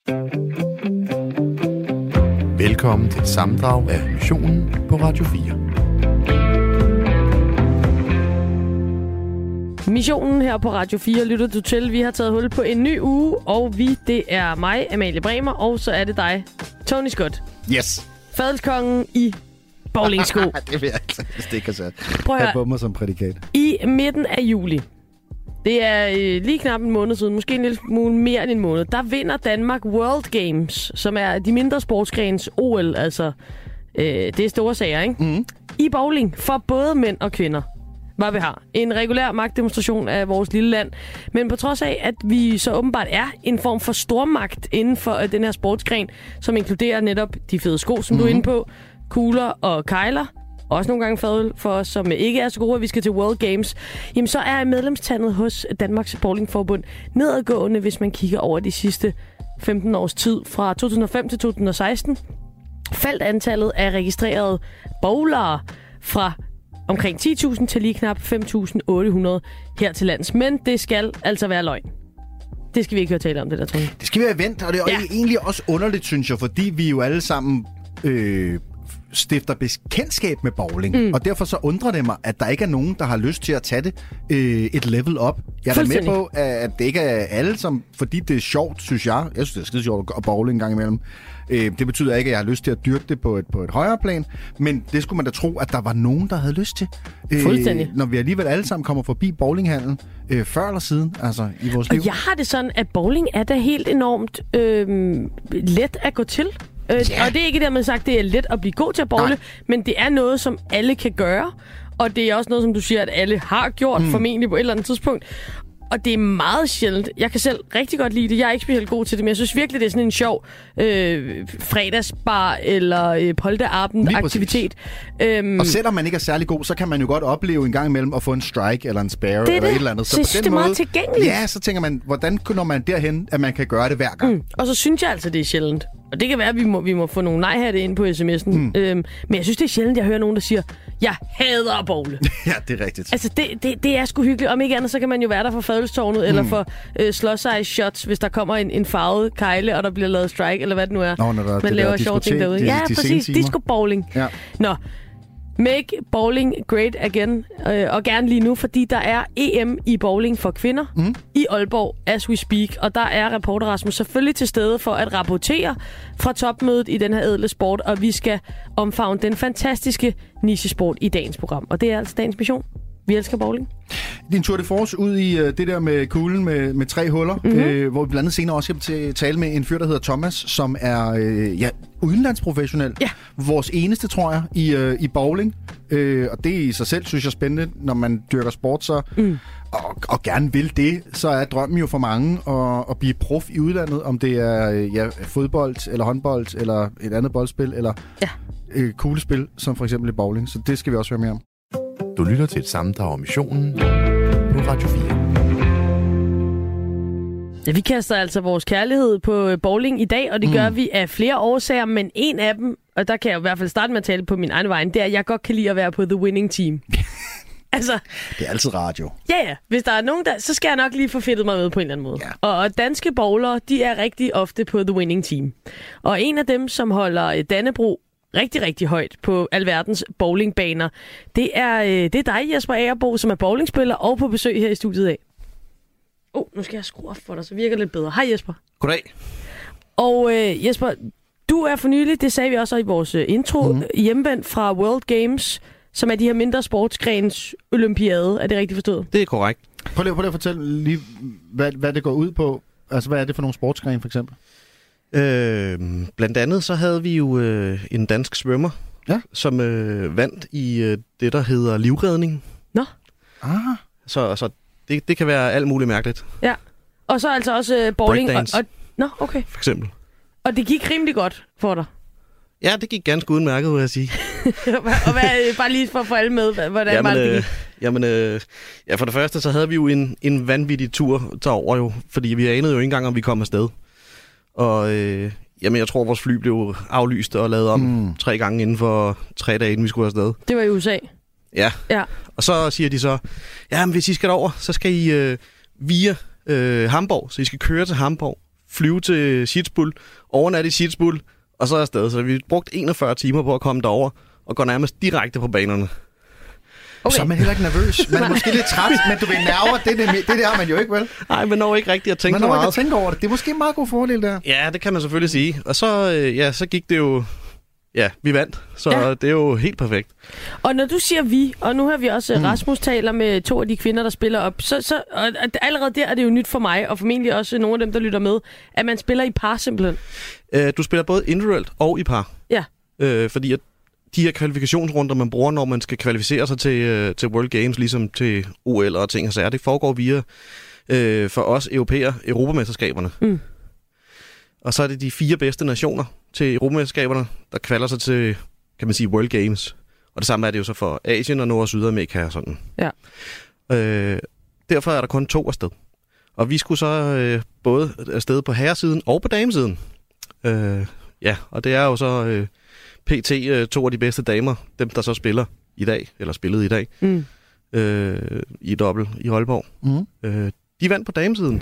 Velkommen til et sammendrag af Missionen på Radio 4. Missionen her på Radio 4 lytter du til. Vi har taget hul på en ny uge, og det er mig, Amalie Bremer, og så er det dig, Tony Scott. Yes. Fadelskongen i bowlingsko. Det vil jeg altså stikke sig. Prøv at Jeg høre. bummer som prædikat. I midten af juli, det er lige knap en måned siden, måske en lille smule mere end en måned, der vinder Danmark World Games, som er de mindre sportsgrens OL, altså det er store sager, ikke? Mm. I bowling for både mænd og kvinder. Hvad vi har. En regulær magtdemonstration af vores lille land. Men på trods af, at vi så åbenbart er en form for stormagt inden for den her sportsgren, som inkluderer netop de fede sko, som du er inde på, kugler og kejler, også nogle gange fadøl for os, som ikke er så gode, at vi skal til World Games, jamen så er medlemstallet hos Danmarks Bowlingforbund nedadgående, hvis man kigger over de sidste 15 års tid. Fra 2005 til 2016 faldt antallet af registrerede bowlere fra omkring 10.000 til lige knap 5.800 her til lands. Men det skal altså være løgn. Det skal vi ikke høre tale om, det der, tror jeg. Det skal være vent, og det er egentlig også underligt, synes jeg, fordi vi jo alle sammen stifter bekendtskab med bowling. Og derfor så undrer det mig, at der ikke er nogen, der har lyst til at tage det et level op. Jeg er da med på, at det ikke er alle, som, fordi det er sjovt, synes jeg. Jeg synes, det er skide sjovt at bowle en gang imellem. Det betyder ikke, at jeg har lyst til at dyrke det på et højere plan, men det skulle man da tro, at der var nogen, der havde lyst til. Fuldstændig. Når vi alligevel alle sammen kommer forbi bowlinghallen, før eller siden, altså i vores liv. Og jeg har det sådan, at bowling er da helt enormt let at gå til. Og det er ikke dermed sagt, det er let at blive god til at bowle, men det er noget, som alle kan gøre. Og det er også noget, som du siger, at alle har gjort formentlig på et eller andet tidspunkt. Og det er meget sjældent. Jeg kan selv rigtig godt lide det. Jeg er ikke specielt god til det, men jeg synes virkelig, det er sådan en sjov fredagsbar eller polterabend-aktivitet. Og selvom man ikke er særlig god, så kan man jo godt opleve en gang imellem at få en strike eller en spare eller et eller andet. Så på den det er måde, meget tilgængeligt. Ja, så tænker man, hvordan når man derhen, at man kan gøre det hver gang? Og så synes jeg altså, det er sjældent. Og det kan være, at vi må få nogle nej-hatte ind på sms'en. Men jeg synes, det er sjældent, jeg hører nogen, der siger, jeg hader at bowle. Ja, det er rigtigt. Altså, det er sgu hyggeligt. Om ikke andet, så kan man jo være der for fadelstårnet, eller for slåsejs shots, hvis der kommer en farvet kejle, og der bliver lavet strike, eller hvad det nu er. Man laver sjove ting derude. Ja, præcis. Disco bowling. Ja. Nå. Make bowling great again, og gerne lige nu, fordi der er EM i bowling for kvinder i Aalborg, as we speak. Og der er reporter Rasmus selvfølgelig til stede for at rapportere fra topmødet i den her ædle sport, og vi skal omfavne den fantastiske nichesport i dagens program. Og det er altså dagens mission. Vi elsker bowling. Din tour de force ud i det der med kuglen med 3 huller, hvor vi blandt andet senere også skal tale med en fyr, der hedder Thomas, som er udenlandsprofessionel. Ja. Vores eneste, tror jeg, i bowling. Og det i sig selv, synes jeg, er spændende, når man dyrker sport, så, og gerne vil det, så er drømmen jo for mange at blive prof i udlandet, om det er fodbold, eller håndbold, eller et andet boldspil, eller kuglespil, som for eksempel i bowling. Så det skal vi også høre mere om. Du lytter til et sammendrag om Missionen på Radio 4. Ja, vi kaster altså vores kærlighed på bowling i dag, og det gør vi af flere årsager, men en af dem, og der kan jeg i hvert fald starte med at tale på min egen vej, det er, at jeg godt kan lide at være på the winning team. Altså, det er altid radio. Ja. Hvis der er nogen, så skal jeg nok lige få fedtet mig med på en eller anden måde. Ja. Og danske bowlere, de er rigtig ofte på the winning team. Og en af dem, som holder Dannebrog rigtig, rigtig højt på alverdens bowlingbaner, det er dig, Jesper Agerbo, som er bowlingspiller og på besøg her i studiet af. Nu skal jeg skrue op for dig, så virker det lidt bedre. Hej Jesper. Goddag. Og Jesper, du er for nylig, det sagde vi også i vores intro, hjemvendt fra World Games, som er de her mindre sportsgrens olympiade. Er det rigtigt forstået? Det er korrekt. Prøv lige at fortælle lige, hvad det går ud på. Altså, hvad er det for nogle sportsgrene, for eksempel? Blandt andet så havde vi jo en dansk svømmer, som vandt i det, der hedder livredning. Nå. Så det kan være alt muligt mærkeligt. Ja. Og så altså også bowling. Nå, okay. For eksempel. Og det gik rimelig godt for dig? Ja, det gik ganske udmærket, vil jeg sige. Og hvad, bare lige for at få alle med, hvordan var det gik? For det første, så havde vi jo en vanvittig tur derover jo, fordi vi anede jo ikke engang, om vi kom afsted. Og jeg tror, vores fly blev aflyst og lavet om 3 gange inden for 3 dage, inden vi skulle afsted. Det var i USA? Ja. Og så siger de så, men hvis I skal derover, så skal I via Hamburg, så I skal køre til Hamburg, flyve til Schiedsbull, overnatte i Schiedsbull, og så afsted. Så vi brugt 41 timer på at komme derover og går nærmest direkte på banerne. Okay. Så er man heller ikke nervøs. Man er måske lidt træt, men du vil nerver. Det der man jo ikke, vel? Nej, man når ikke rigtig at tænke så meget. Man når ikke at tænke over det. Det er måske en meget god fordel der. Ja, det kan man selvfølgelig sige. Og så, så gik det jo... Ja, vi vandt, så det er jo helt perfekt. Og når du siger vi, og nu har vi også Rasmus taler med 2 af de kvinder, der spiller op, så og allerede der er det jo nyt for mig, og formentlig også nogle af dem, der lytter med, at man spiller i par simpelthen. Du spiller både individuelt og i par. Ja. Fordi at de her kvalifikationsrunder, man bruger, når man skal kvalificere sig til World Games, ligesom til OL og ting og sager, det foregår via for os europæer, Europamesterskaberne. Mm. Og så er det de 4 bedste nationer til Europamesterskaberne, der kvalder sig til, kan man sige, World Games. Og det samme er det jo så for Asien og Nord- og Sydamerika og sådan. Ja. Derfor er der kun 2 afsted. Og vi skulle så både afsted på herresiden og på damesiden. Og det er jo så PT 2 af de bedste damer, dem der så spiller i dag, eller spillede i dag, i dobbelt i Aalborg. Mm. De vandt på damesiden.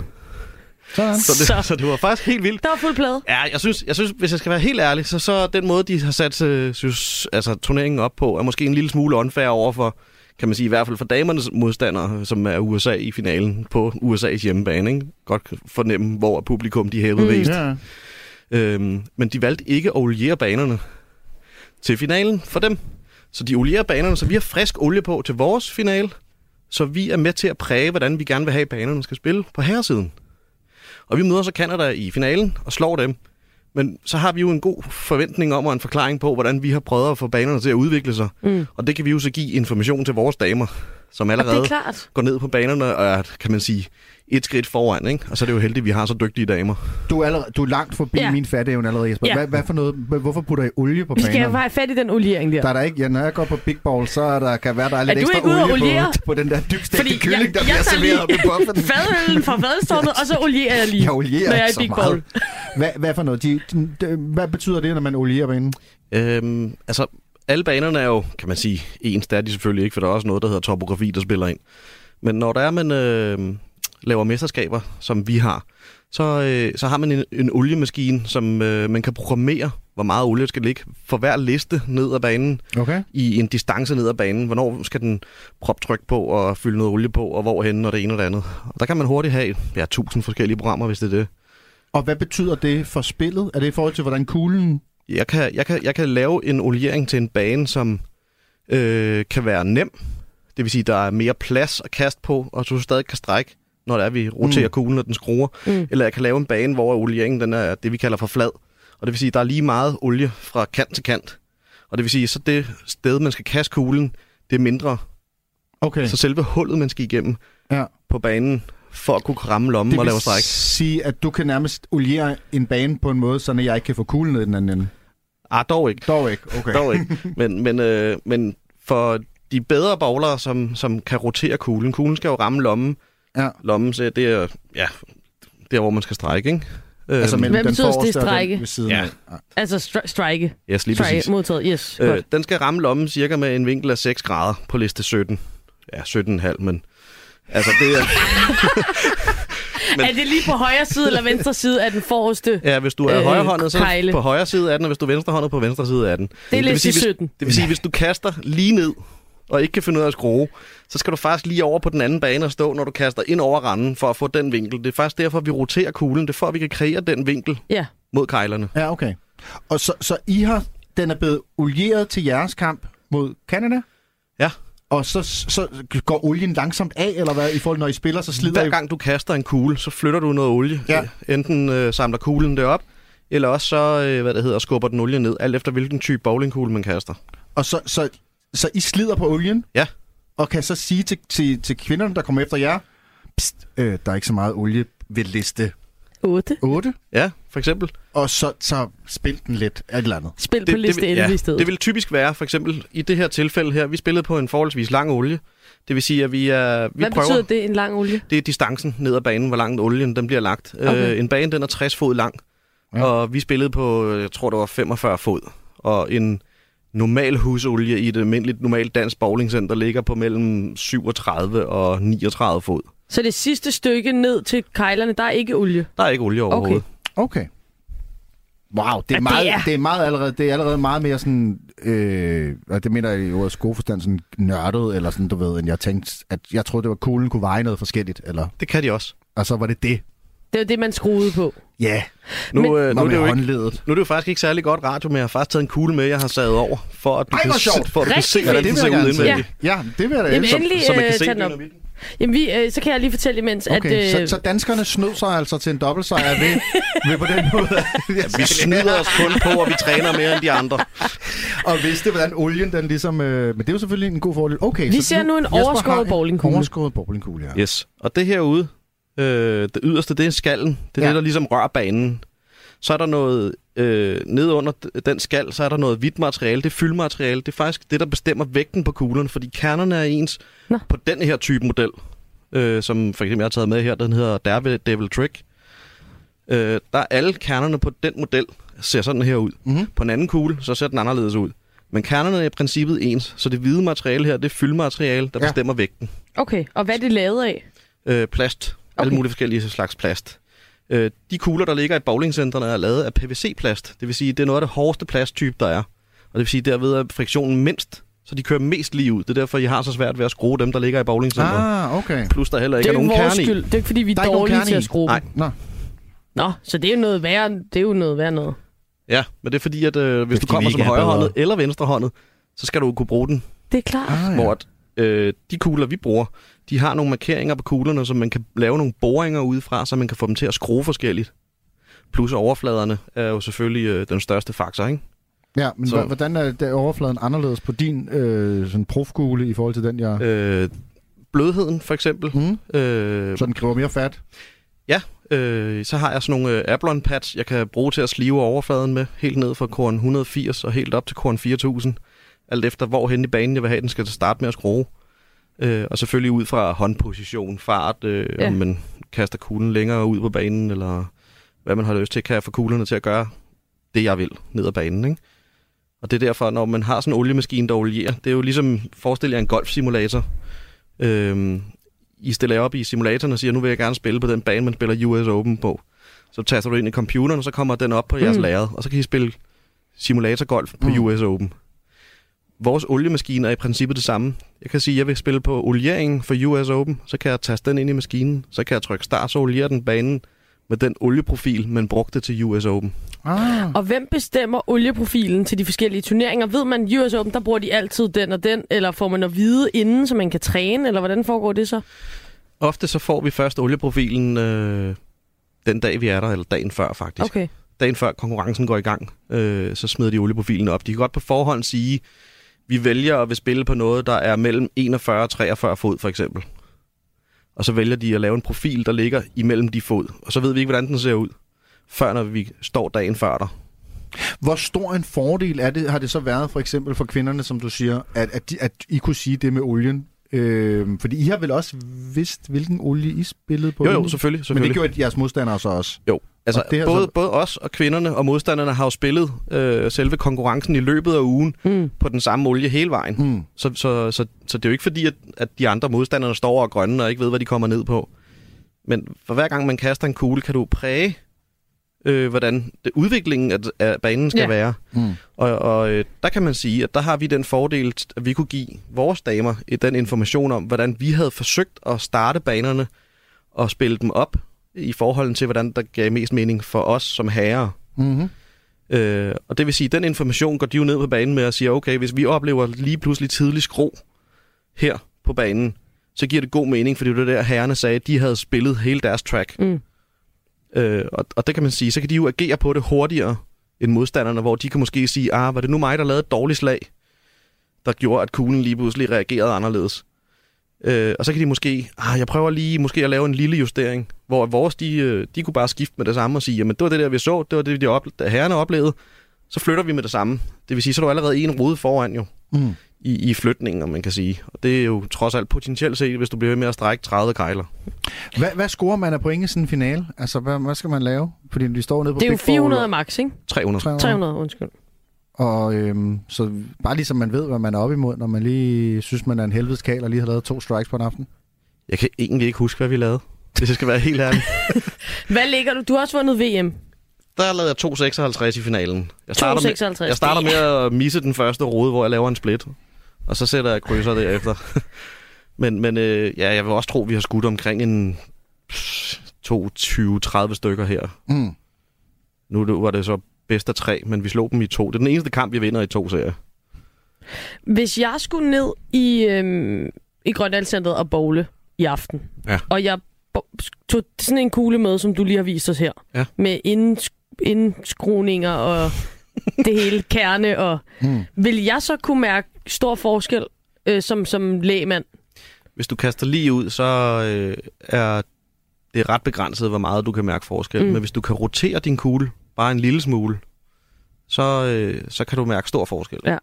Så det var faktisk helt vildt. Der var fuld plade. Ja, jeg synes, hvis jeg skal være helt ærlig, så den måde, de har sat turneringen op på, er måske en lille smule unfair overfor, kan man sige, i hvert fald for damernes modstandere, som er USA i finalen på USA's hjemmebane. Ikke? Godt fornemme, hvor publikum de hævede mest. Yeah. Men de valgte ikke at oliere banerne til finalen for dem. Så de olierer banerne, så vi har frisk olie på til vores finale, så vi er med til at præge, hvordan vi gerne vil have, at banerne skal spille på herresiden. Og vi møder så Canada i finalen og slår dem. Men så har vi jo en god forventning om og en forklaring på, hvordan vi har prøvet at få banerne til at udvikle sig. Mm. Og det kan vi jo så give information til vores damer, som allerede går ned på banerne og er, kan man sige, et skridt foran. Ikke? Og så er det jo heldigt, at vi har så dygtige damer. Du er langt forbi min fatteevne allerede, Jesper. Ja. Hvad for noget? Hvorfor putter I olie på banerne? Vi skal have fat i den oliering der. Der er der ikke, når jeg går på Big Ball, så er der, kan være, der er lidt ekstra olie på den der dybstegte kylling, der bliver serveret op i buffen. Fadølen fra fadelstormet, og så olierer jeg lige, når jeg er i Big Ball. Hvad for noget? Hvad betyder det, når man olierer banen? Alle banerne er jo, kan man sige, ens. Det er de selvfølgelig ikke, for der er også noget, der hedder topografi, der spiller ind. Men når der er, man laver mesterskaber, som vi har, så har man en oliemaskine, som man kan programmere, hvor meget olie skal ligge for hver liste ned ad banen, i en distance ned ad banen. Hvornår skal den proppe tryk på og fylde noget olie på, og hvorhen, og det ene og det andet. Og der kan man hurtigt have 1000 forskellige programmer, hvis det er det. Og hvad betyder det for spillet? Er det i forhold til, hvordan kuglen... Jeg kan lave en oliering til en bane, som kan være nem. Det vil sige, der er mere plads at kaste på, og du stadig kan strække, når det er, vi roterer kuglen, og den skruer. Eller jeg kan lave en bane, hvor olieringen den er det, vi kalder for flad. Og det vil sige, der er lige meget olie fra kant til kant. Og det vil sige, så det sted, man skal kaste kuglen, det er mindre. Okay. Så selve hullet, man skal igennem på banen, for at kunne ramme lommen og lave stræk. Det vil sige, at du kan nærmest oliere en bane på en måde, så jeg ikke kan få kuglen ned i den anden ende? Dog ikke. Okay. Dog ikke. Men for de bedre bowlere, som kan rotere kuglen. Kuglen skal jo ramme lommen. Ja. Lommen, så det er der, hvor man skal strække, ikke? Altså mellem den forreste og den ved siden af. Altså strike. Yes, lige præcis. Modtaget, yes. Den skal ramme lommen cirka med en vinkel af 6 grader på liste 17. Ja, 17,5, men... Altså, det er... Men... Er det lige på højre side eller venstre side af den forreste Ja, hvis du er højrehåndet, så er det på højre side af den, og hvis du er venstrehåndet, på venstre side af den. Det er liste 17. Det vil sige, hvis du kaster lige ned, og ikke kan finde ud af at skrue, så skal du faktisk lige over på den anden bane og stå, når du kaster ind over randen, for at få den vinkel. Det er faktisk derfor, vi roterer kuglen. Det er for, at vi kan kreere den vinkel mod kejlerne. Ja, okay. Og så den er blevet olieret til jeres kamp mod Canada? Ja. Og så går olien langsomt af, eller hvad, i forhold når I spiller, så slider Hver gang du kaster en kugle, så flytter du noget olie. Ja. Enten samler kuglen det op, eller også så, skubber den olie ned, alt efter hvilken type bowlingkugle man kaster. Og så I slider på olien? Ja. Og kan så sige til kvinderne, der kommer efter jer, der er ikke så meget olie ved liste 8? Ja, for eksempel. Og så spil den lidt af et eller andet. Spil på liste 11 i stedet. Det vil typisk være, for eksempel i det her tilfælde her, vi spillede på en forholdsvis lang olie. Det vil sige, at vi prøver... Hvad betyder det, en lang olie? Det er distancen ned ad banen, hvor langt olien den bliver lagt. Okay. En bane, den er 60 fod lang. Ja. Og vi spillede på, jeg tror, det var 45 fod. Og en normal husolie i et almindeligt normalt dansk bowlingcenter ligger på mellem 37 og 39 fod. Så det sidste stykke ned til kejlerne, der er ikke olie? Der er ikke olie overhovedet. Okay. Wow, det er allerede meget mere sådan, det mener jeg i ordets gode forstand, sådan nørdet, eller sådan, du ved, end jeg tænkte, at jeg troede, det var kuglen kunne veje noget forskelligt, eller? Det kan de også. Og så var det det. Det var det, man skruede på. Ja. Nu er det jo faktisk ikke særlig godt radio, men jeg har faktisk taget en kugle med, jeg har savet over, for at du kan se, hvordan den ser ud indvendigt. Ja, det vil jeg da endelig så man kan se den. Jamen, så kan jeg lige fortælle imens, okay, at... Så danskerne snød sig altså til en dobbeltsejr ved på den måde. Vi snyder os kun på, og vi træner mere end de andre. Og vidste, hvordan olien den ligesom... men det er jo selvfølgelig en god fordel. Okay, vi ser nu en overskåret bowlingkugle. Overskåret bowlingkugle, ja. Yes. Og det herude, det yderste, det er skallen. Det er det, der ligesom rører banen. Så er der noget... nede under den skal, så er der noget hvidt materiale. Det er fyldmateriale. Det er faktisk det, der bestemmer vægten på kuglerne, fordi kernerne er ens på den her type model, som for eksempel jeg har taget med her, den hedder Daredevil Trick. Der er alle kernerne på den model, ser sådan her ud. Mm-hmm. På en anden kugle, så ser den anderledes ud. Men kernerne er i princippet ens, så det hvide materiale her, det er fyldmateriale, der bestemmer vægten. Okay, og hvad er det lavet af? Plast. Okay. Alle mulige forskellige slags plast. De kugler, der ligger i bowlingcentrene, er lavet af PVC-plast. Det vil sige, det er noget af det hårdeste plasttype, der er. Og det vil sige, derved er friktionen mindst, så de kører mest lige ud. Det er derfor, I har så svært ved at skrue dem, der ligger i bowlingcentrene. Okay. Plus, der heller ikke er nogen kerne i. Det er ikke fordi, vi er dårlige til at skrue. Nej. Nå, så det er jo noget værre, noget. Ja, men det er fordi, at hvis du kommer som højrehåndet eller venstrehåndet, så skal du kunne bruge den. Det er klart. Hvor de kugler, vi bruger, de har nogle markeringer på kuglerne, så man kan lave nogle boringer udefra, så man kan få dem til at skrue forskelligt. Plus overfladerne er jo selvfølgelig den største faktor, ikke? Ja, men hvordan er overfladen anderledes på din sådan profkugle i forhold til den, jeg... Blødheden, for eksempel. Så den kræver mere fat? Ja, så har jeg sådan nogle Ablon pads, jeg kan bruge til at slive overfladen med, helt ned fra korn 180 og helt op til korn 4000. Alt efter, hvorhen i banen jeg vil have, den skal starte med at skrue. Og selvfølgelig ud fra håndposition, fart, om man kaster kuglen længere ud på banen, eller hvad man har lyst til, kan jeg få kuglerne til at gøre det, jeg vil, ned ad banen, ikke? Og det er derfor, når man har sådan en oliemaskine, der olierer, det er jo ligesom, forestil jer en golfsimulator. I stiller op i simulatoren og siger, nu vil jeg gerne spille på den bane, man spiller US Open på. Så taster du ind i computeren, og så kommer den op på jeres lærred, og så kan I spille simulatorgolf på US Open. Vores oliemaskine er i princippet det samme. Jeg kan sige, at jeg vil spille på olieringen for US Open, så kan jeg taste den ind i maskinen, så kan jeg trykke start, så oliere den banen med den olieprofil, man brugte til US Open. Og hvem bestemmer olieprofilen til de forskellige turneringer? Ved man, US Open, der bruger de altid den og den, eller får man at vide inden, så man kan træne, eller hvordan foregår det så? Ofte så får vi først olieprofilen den dag, vi er der, eller dagen før faktisk. Okay. Dagen før konkurrencen går i gang, så smider de olieprofilen op. De kan godt på forhånd sige, vi vælger at vil spille på noget, der er mellem 41 og 43 fod, for eksempel. Og så vælger de at lave en profil, der ligger imellem de fod. Og så ved vi ikke, hvordan den ser ud, før når vi står dagen før der. Hvor stor en fordel har det så været, for eksempel for kvinderne, som du siger, at I kunne sige det med olien? Fordi I har vel også vidst, hvilken olie I spillede på? Jo, selvfølgelig. Men det gjorde jeres modstandere så også? Jo, altså både os og kvinderne og modstanderne har jo spillet selve konkurrencen i løbet af ugen på den samme olie hele vejen. Så det er jo ikke fordi, at de andre modstandere står over grønne og ikke ved, hvad de kommer ned på. Men for hver gang man kaster en kugle, kan du præge, hvordan udviklingen af banen skal være. Og der kan man sige, at der har vi den fordel, at vi kunne give vores damer den information om, hvordan vi havde forsøgt at starte banerne og spille dem op i forhold til, hvordan der gav mest mening for os som herrer. Og det vil sige, at den information går de jo ned på banen med og siger, okay, hvis vi oplever lige pludselig tidlig skrå her på banen, så giver det god mening, fordi det var der herrerne sagde, at de havde spillet hele deres track. Og det kan man sige, så kan de jo agere på det hurtigere end modstanderne, hvor de kan måske sige, var det nu mig, der lavede et dårligt slag, der gjorde, at kuglen lige pludselig reagerede anderledes. Og så kan de måske, jeg prøver lige måske at lave en lille justering, hvor vores, de kunne bare skifte med det samme og sige, jamen det var det der, vi så, det var det, herrerne oplevede, så flytter vi med det samme. Det vil sige, så er du allerede en rode foran jo, i flytningen, om man kan sige. Og det er jo trods alt potentielt set, hvis du bliver ved med at strække 30 kejler. Hvad scorer man af point i sådan en finale? Altså, hvad skal man lave? Fordi vi står nede på... Det er jo 400 max, ikke? 300, undskyld. Og så bare ligesom man ved, hvad man er op imod, når man lige synes, man er en helvedes kal og lige har lavet 2 strikes på en aften. Jeg kan egentlig ikke huske, hvad vi lavede, hvis jeg skal være helt ærlig. Hvad ligger du? Du har også vundet VM. der lavede jeg 2,56 i finalen. Jeg starter med at misse den første rode, hvor jeg laver en split. Og så sætter jeg krydser derefter. men jeg vil også tro, at vi har skudt omkring en 22-30 stykker her. Mm. Nu var det så bedst af 3, men vi slog dem i 2. Det er den eneste kamp, vi vinder i 2 serier. Hvis jeg skulle ned i Grøndalscentret og bowle i aften, og jeg tog sådan en kugle med, som du lige har vist os her, med indskruninger og det hele kerne, og vil jeg så kunne mærke stor forskel som lægmand? Hvis du kaster lige ud, så er det ret begrænset, hvor meget du kan mærke forskel. Men hvis du kan rotere din kugle bare en lille smule, så kan du mærke stor forskel. Ja.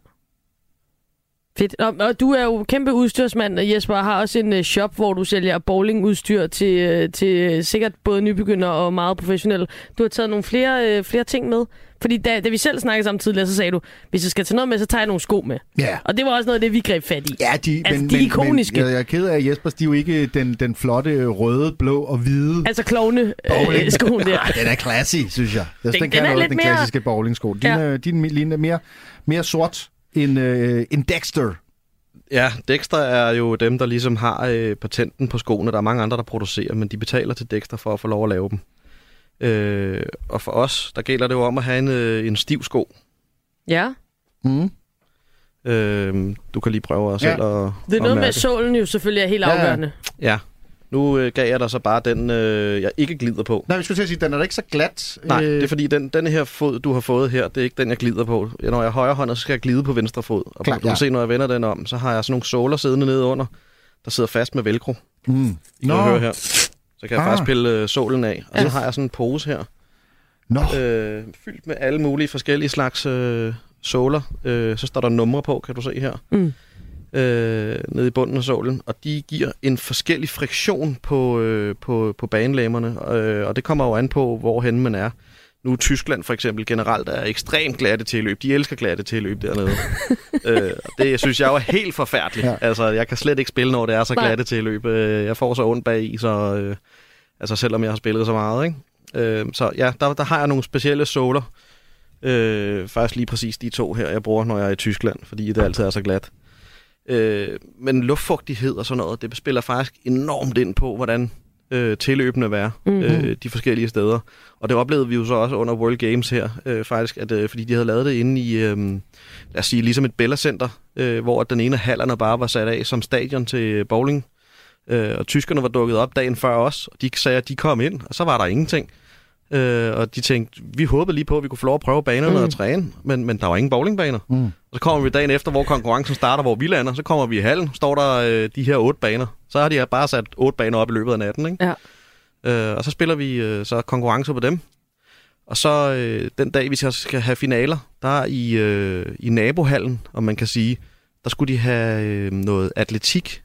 Fedt. Og du er jo kæmpe udstyrsmand, Jesper, og har også en shop, hvor du sælger bowlingudstyr til sikkert både nybegynder og meget professionelle. Du har taget nogle flere ting med. Fordi da vi selv snakkede sammen tidligere, så sagde du, hvis jeg skal tage noget med, så tager jeg nogle sko med. Ja. Og det var også noget af det, vi greb fat i. Ja, de er ikoniske. Men jeg er ked af, at Jespers, de er jo ikke den flotte røde, blå og hvide. Altså klovne-skoen der. Den er classy, synes jeg. Den er lidt den klassiske bowlingsko. Din ligner mere sort end Dexter. Ja, Dexter er jo dem, der ligesom har patenten på skoene. Der er mange andre, der producerer, men de betaler til Dexter for at få lov at lave dem. Og for os, der gælder det jo om at have en stiv sko. Ja. Mm. Du kan lige prøve selv at det er noget med, at sålen jo selvfølgelig er helt afgørende. Ja. Nu gav jeg dig så bare den, jeg ikke glider på. Nej, vi skulle til at sige, den er da ikke så glat. Nej, det er fordi, den her fod, du har fået her, det er ikke den, jeg glider på. Når jeg er højrehåndet, så skal jeg glide på venstre fod. Og du kan se, når jeg vender den om, så har jeg sådan nogle såler siddende nede under, der sidder fast med velcro. I kan høre her. Så kan jeg faktisk pille sålen af. Og så har jeg sådan en pose her. Fyldt med alle mulige forskellige slags såler. Så står der numre på, kan du se her. Nede i bunden af sålen. Og de giver en forskellig friktion på banelæmmerne. Og det kommer jo an på, hvorhen man er. Nu Tyskland for eksempel generelt er ekstremt glatte tilløb. De elsker glatte tilløb dernede. Det synes jeg jo er helt forfærdeligt. Ja. Altså, jeg kan slet ikke spille, når det er så glatte tilløb. Jeg får så ondt bag i, så selvom jeg har spillet så meget, ikke? Så ja, der har jeg nogle specielle såler. Faktisk lige præcis de 2 her, jeg bruger, når jeg er i Tyskland, fordi det altid er så glat. Men luftfugtighed og sådan noget, det spiller faktisk enormt ind på, hvordan tilløbene være de forskellige steder. Og det oplevede vi jo så også under World Games her, faktisk, at fordi de havde lavet det inde i, lad os sige, ligesom et Bella-center, hvor den ene af hallerne bare var sat af som stadion til bowling. Og tyskerne var dukket op dagen før os, og de sagde, at de kom ind, og så var der ingenting. Og de tænkte, vi håbede lige på, at vi kunne få lov at prøve banerne og træne, men der var ingen bowlingbaner. Og så kommer vi dagen efter, hvor konkurrencen starter, hvor vi lander, så kommer vi i hallen, står der de her 8 baner. Så har de bare sat 8 baner op i løbet af natten, ikke? Ja. Og så spiller vi så konkurrencer på dem. Og så den dag, vi skal have finaler, der i nabohallen, om man kan sige, der skulle de have noget atletik.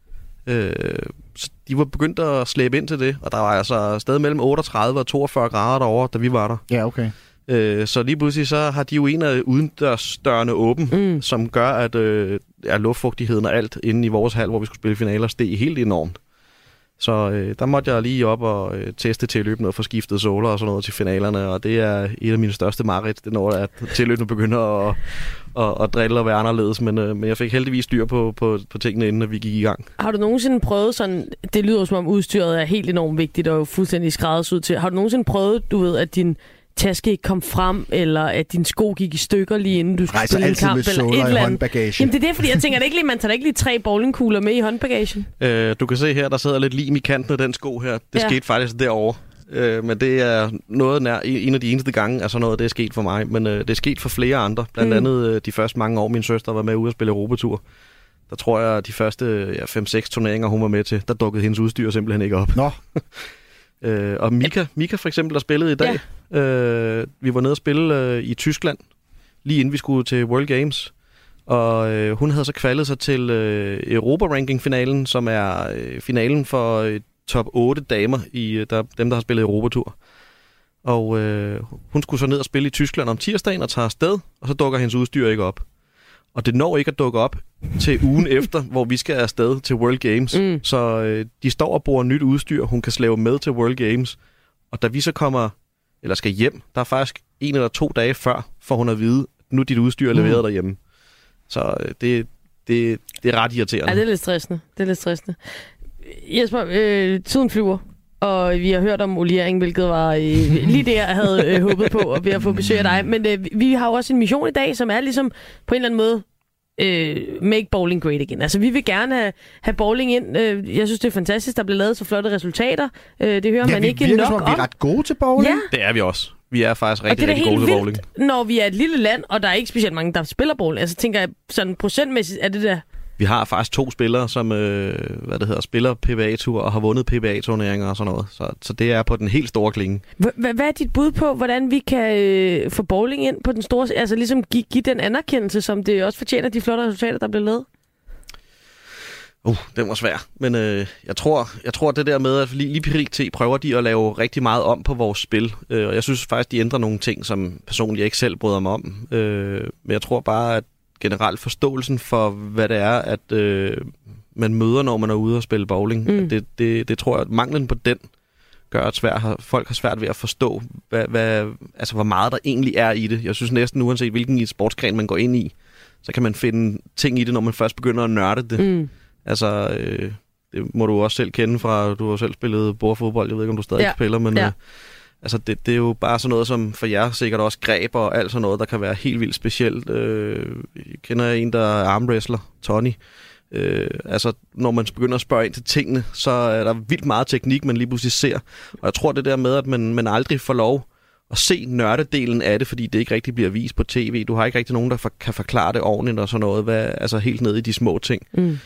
Så de var begyndt at slæbe ind til det, og der var altså stadig mellem 38 og 42 grader derovre, da vi var der. Ja, okay. Så lige pludselig så har de jo en af udendørsdørene åben, som gør, at luftfugtigheden og alt inde i vores hal, hvor vi skulle spille finaler, steg helt enormt. Så der måtte jeg lige op og teste tilløbene og få skiftet såler og sådan noget til finalerne, og det er et af mine største mareridt, det når at tilløbene begynder at drille og være anderledes, men jeg fik heldigvis styr på tingene, inden vi gik i gang. Har du nogensinde prøvet sådan, det lyder som om udstyret er helt enormt vigtigt og jo fuldstændig skræddersyet til, har du nogensinde prøvet, du ved, at din taske ikke kom frem, eller at din sko gik i stykker lige inden du skulle spille en kamp, eller et eller andet? Jamen det er det, fordi jeg tænker, man tager da ikke lige 3 bowlingkugler med i håndbagagen. Du kan se her, der sidder lidt lim i kanten af den sko her. Det skete faktisk derovre. Men det er noget en af de eneste gange, altså noget, det er sket for mig. Men det er sket for flere andre. Blandt andet de første mange år, min søster var med ude at spille Europatur. Der tror jeg, de første 5-6 turneringer, hun var med til, der dukkede hendes udstyr simpelthen ikke op. Nå. Og Mika for eksempel, der spillede i dag. Ja. Vi var nede og spille i Tyskland, lige inden vi skulle til World Games. Og hun havde så kvalet sig til Europa-ranking-finalen, som er finalen for top 8 damer, dem der har spillet Europatur. Og hun skulle så ned og spille i Tyskland om tirsdagen og tager afsted, og så dukker hendes udstyr ikke op. Og det når ikke at dukke op til ugen efter, hvor vi skal afsted til World Games. Så de står og bruger nyt udstyr, hun kan slæve med til World Games. Og da vi så kommer eller skal hjem, der er faktisk 1 eller 2 dage før, for hun at vide, at nu er dit udstyr leveret derhjemme. Så det er ret irriterende. Ja, det er lidt stressende. Jesper, tiden flyver, og vi har hørt om oliering, hvilket var lige det, jeg havde håbet på ved at få besøg af dig. Men vi har jo også en mission i dag, som er ligesom på en eller anden måde make bowling great again. Altså, vi vil gerne have bowling ind. Jeg synes, det er fantastisk, der bliver lavet så flotte resultater. Det hører man ikke nok om. Vi er ret gode til bowling. Ja. Det er vi også. Vi er faktisk rigtig gode til bowling. Når vi er et lille land, og der er ikke specielt mange, der spiller bowling. Altså, tænker jeg, sådan procentmæssigt er det der... Vi har faktisk 2 spillere, som spiller PBA-tur og har vundet PBA-turneringer og sådan noget. Så det er på den helt store klinge. Hvad er dit bud på, hvordan vi kan få bowling ind på den store... Altså ligesom give den anerkendelse, som det også fortjener, de flotte resultater, der bliver lavet? Den var svær. Men jeg tror det der med, at lige PRT prøver de at lave rigtig meget om på vores spil. Og jeg synes faktisk, de ændrer nogle ting, som personligt jeg ikke selv bryder mig om. Men jeg tror bare, at generelt forståelsen for, hvad det er, at man møder, når man er ude og spille bowling. Det tror jeg, at manglen på den gør, at folk har svært ved at forstå, hvor meget der egentlig er i det. Jeg synes næsten, uanset hvilken sportsgren man går ind i, så kan man finde ting i det, når man først begynder at nørde det. Altså, det må du også selv kende fra, du har selv spillet bordfodbold, jeg ved ikke, om du stadig spiller, men... Ja. Altså, det er jo bare sådan noget, som for jer sikkert også greb og alt sådan noget, der kan være helt vildt specielt. Jeg kender en, der er armwrestler, Tony. Altså, når man begynder at spørge ind til tingene, så er der vildt meget teknik, man lige pludselig ser. Og jeg tror, det der med, at man aldrig får lov at se nørdedelen af det, fordi det ikke rigtig bliver vist på tv. Du har ikke rigtig nogen, der kan forklare det ordentligt og sådan noget, altså helt ned i de små ting.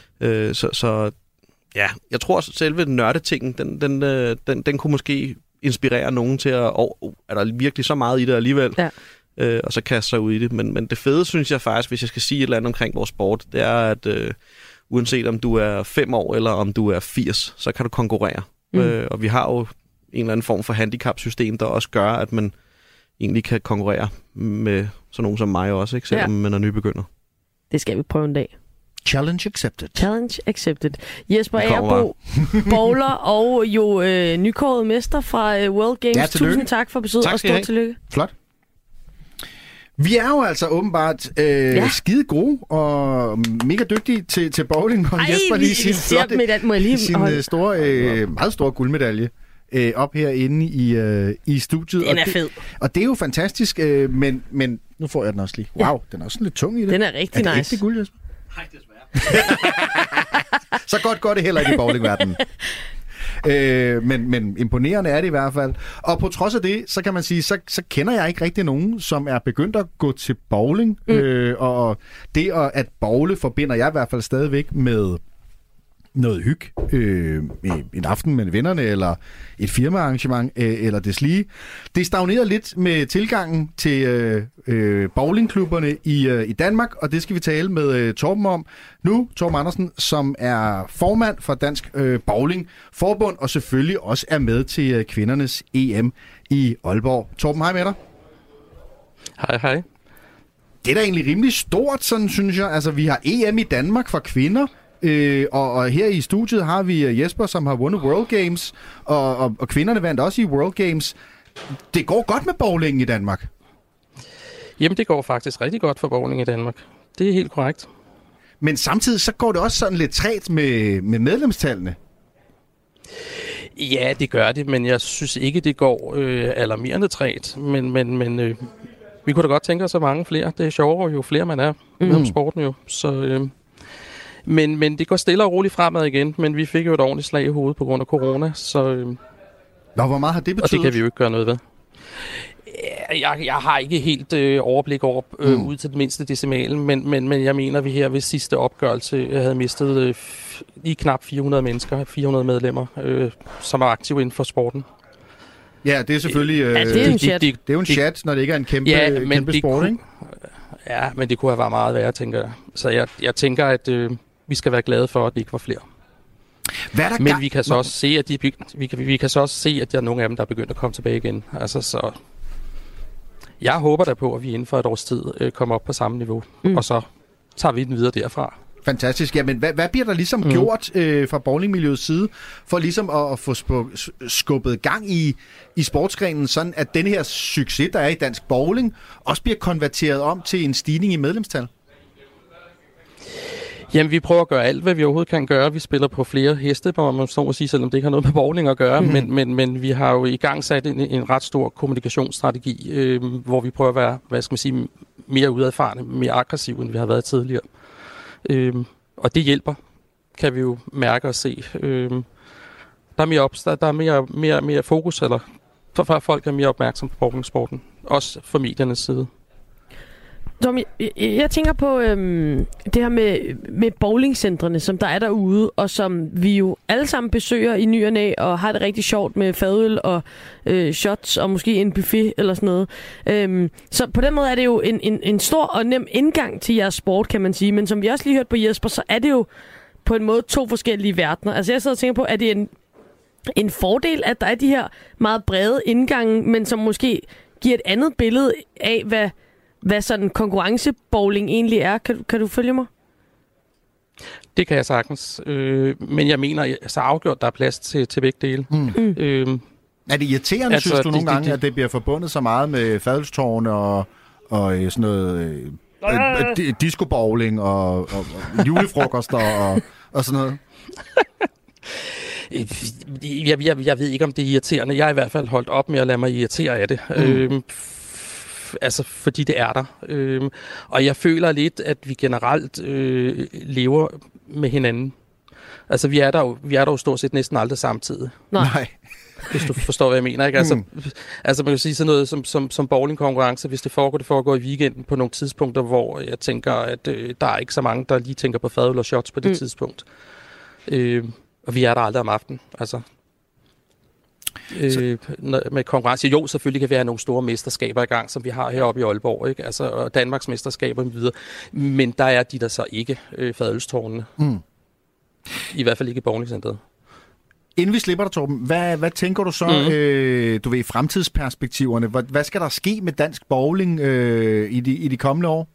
Så ja, jeg tror, at selve nørdetingen, den kunne måske... inspirere nogen til at... er der virkelig så meget i det alligevel? Ja. Og så kaste sig ud i det. Men det fede, synes jeg faktisk, hvis jeg skal sige et eller andet omkring vores sport, det er, at uanset om du er 5 år, eller om du er 80, så kan du konkurrere. Og vi har jo en eller anden form for handicapsystem, der også gør, at man egentlig kan konkurrere med sådan nogen som mig også, ikke? Selvom man er nybegynder. Det skal vi prøve en dag. Challenge accepted. Challenge accepted. Jesper Agerbo, bowler og jo nykåret mester fra World Games. Ja, tusind tak for besøget, og stort tillykke. Flot. Vi er jo altså åbenbart skide gode og mega dygtige til bowling. Og Jesper lige sin store, meget store guldmedalje op herinde i studiet. Den er fed. Og det er jo fantastisk, men nu får jeg den også lige. Wow, den er også lidt tung i det. Den er rigtig nice. Er det ægte guld, Jesper? Nej, desværre. Så godt går det heller ikke i bowlingverdenen. Men imponerende er det i hvert fald. Og på trods af det, så kan man sige, så kender jeg ikke rigtig nogen, som er begyndt at gå til bowling. Og det at bowle forbinder jeg i hvert fald stadigvæk med noget hygge, en aften med vennerne, eller et firmaarrangement, eller deslige. Det stagnerer lidt med tilgangen til bowlingklubberne i Danmark, og det skal vi tale med Torben om nu. Torben Andersen, som er formand for Dansk Bowlingforbund, og selvfølgelig også er med til kvindernes EM i Aalborg. Torben, hej med dig. Hej. Det er da egentlig rimelig stort, sådan synes jeg. Altså, vi har EM i Danmark for kvinder, og her i studiet har vi Jesper, som har vundet World Games, og kvinderne vandt også i World Games. Det går godt med bowling i Danmark. Jamen, det går faktisk rigtig godt for bowling i Danmark. Det er helt korrekt. Men samtidig så går det også sådan lidt træt med medlemstallene. Ja, det gør det, men jeg synes ikke, det går alarmerende træt. Men vi kunne da godt tænke os så mange flere. Det er sjovere, jo flere man er med om sporten jo. Så... Men det går stille og roligt fremad igen, men vi fik jo et ordentligt slag i hovedet på grund af corona, så... Hvor meget har det betydet? Og det kan vi jo ikke gøre noget ved. Jeg har ikke helt overblik over ud til det mindste decimal, men jeg mener, at vi her ved sidste opgørelse havde mistet lige knap 400 mennesker, 400 medlemmer, som er aktive inden for sporten. Ja, det er selvfølgelig... det er en chat. Det er jo en chat, når det ikke er en kæmpe sport, ikke? Ja, men det kunne have været meget værre, tænker jeg. Så jeg tænker, at vi skal være glade for, at det ikke var flere. Men vi kan så også se, at vi kan så også se, at der er nogle af dem, der er begyndt at komme tilbage igen. Altså, så jeg håber da på, at vi inden for et års tid kommer op på samme niveau, og så tager vi den videre derfra. Fantastisk. Jamen, hvad bliver der ligesom gjort fra bowlingmiljøets side, for ligesom at få skubbet gang i sportsgrenen, sådan at den her succes, der er i dansk bowling, også bliver konverteret om til en stigning i medlemstal? Jamen, vi prøver at gøre alt, hvad vi overhovedet kan gøre. Vi spiller på flere heste, hvor man står og sige, selvom det ikke har noget med bowling at gøre. Men vi har jo i gang sat en ret stor kommunikationsstrategi, hvor vi prøver at være, mere udadfarende, mere aggressiv, end vi har været tidligere. Og det hjælper, kan vi jo mærke og se. Der er mere fokus, eller for folk er mere opmærksom på bowlingsporten. Også fra mediernes side. Tom, jeg tænker på det her med bowlingcentrene, som der er derude, og som vi jo alle sammen besøger i ny og næ, og har det rigtig sjovt med fadøl og shots, og måske en buffet eller sådan noget. Så på den måde er det jo en stor og nem indgang til jeres sport, kan man sige. Men som vi også lige hørte på Jesper, så er det jo på en måde 2 forskellige verdener. Altså jeg sidder og tænker på, er det en fordel, at der er de her meget brede indgange, men som måske giver et andet billede af, hvad sådan konkurrencebowling egentlig er. Kan du følge mig? Det kan jeg sagtens. Men jeg mener, så afgjort, der er plads til begge dele. Er det irriterende, synes du nogle gange, at det bliver forbundet så meget med fadølstårne og sådan noget disco-bowling og julefrokoster og sådan noget? Jeg ved ikke, om det er irriterende. Jeg er i hvert fald holdt op med at lade mig irritere af det. Altså, fordi det er der. Og jeg føler lidt, at vi generelt lever med hinanden. Altså, vi er der jo stort set næsten aldrig samtidig. Nej. Hvis du forstår, hvad jeg mener, ikke? Altså man kan sige sådan noget som bowlingkonkurrence, hvis det foregår i weekenden på nogle tidspunkter, hvor jeg tænker, at der er ikke så mange, der lige tænker på fadøl og shots på det tidspunkt. Og vi er der aldrig om aftenen, altså. Med konkurrence. Jo, selvfølgelig kan vi have nogle store mesterskaber i gang, som vi har heroppe i Aalborg, ikke? Altså, og Danmarks mesterskaber og videre. Men der er de der så ikke fadølstårnene. I hvert fald ikke i bowlingcentret. Inden vi slipper dig, Torben, hvad tænker du så, du ved, i fremtidsperspektiverne? Hvad skal der ske med dansk bowling i de kommende år?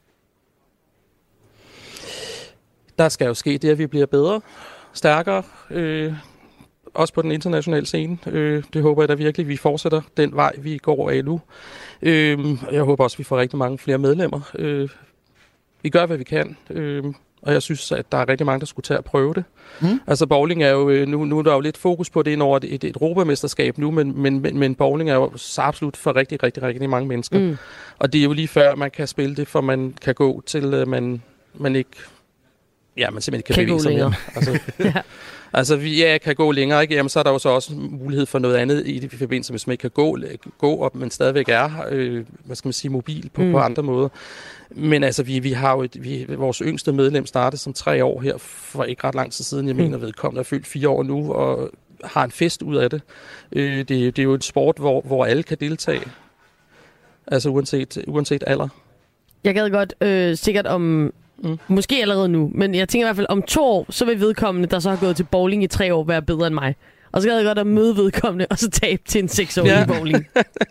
Der skal jo ske det, at vi bliver bedre, stærkere, også på den internationale scene. Det håber jeg da virkelig, vi fortsætter den vej, vi går af nu. Jeg håber også, vi får rigtig mange flere medlemmer. Vi gør, hvad vi kan. Og jeg synes, at der er rigtig mange, der skulle tage at prøve det. Altså bowling er jo, nu er der jo lidt fokus på det ind over et europamesterskab nu, men bowling er jo så absolut for rigtig, rigtig, rigtig mange mennesker. Og det er jo lige før, man kan spille det, for man kan gå til, man ikke, ja, man simpelthen kan bevæge sig mere. Altså, altså, jeg kan gå længere, ikke? Jamen, så er der jo så også mulighed for noget andet i det forbindelse, hvis man ikke kan gå op, men stadigvæk er, hvad skal man sige, mobil på andre måder. Men altså, vi har jo vores yngste medlem startede som 3 år her for ikke ret lang tid siden. Jeg mener, vedkommende er fyldt 4 år nu og har en fest ud af det. Det er jo et sport, hvor alle kan deltage. Altså uanset alder. Jeg gad godt sikkert om måske allerede nu, men jeg tænker i hvert fald om 2 år, så vil vedkommende, der så har gået til bowling i 3 år, være bedre end mig. Og så gad jeg godt at møde vedkommende, og så tabe til en 6-årig bowling.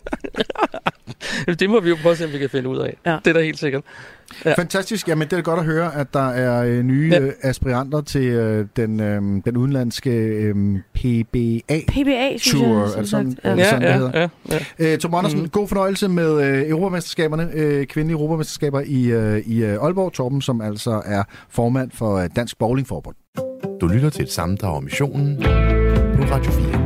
Det må vi jo prøve at se, om vi kan finde ud af. Ja. Det er da helt sikkert. Ja. Fantastisk. Jamen, det er godt at høre, at der er nye aspiranter til den udenlandske PBA-tour. Sådan det hedder. Tom Andersen, god fornøjelse med Europamesterskaberne, kvindelige Europamesterskaber i Aalborg. Torben, som altså er formand for Dansk Bowlingforbund. Du lytter til et sammendrag om missionen på Radio 4.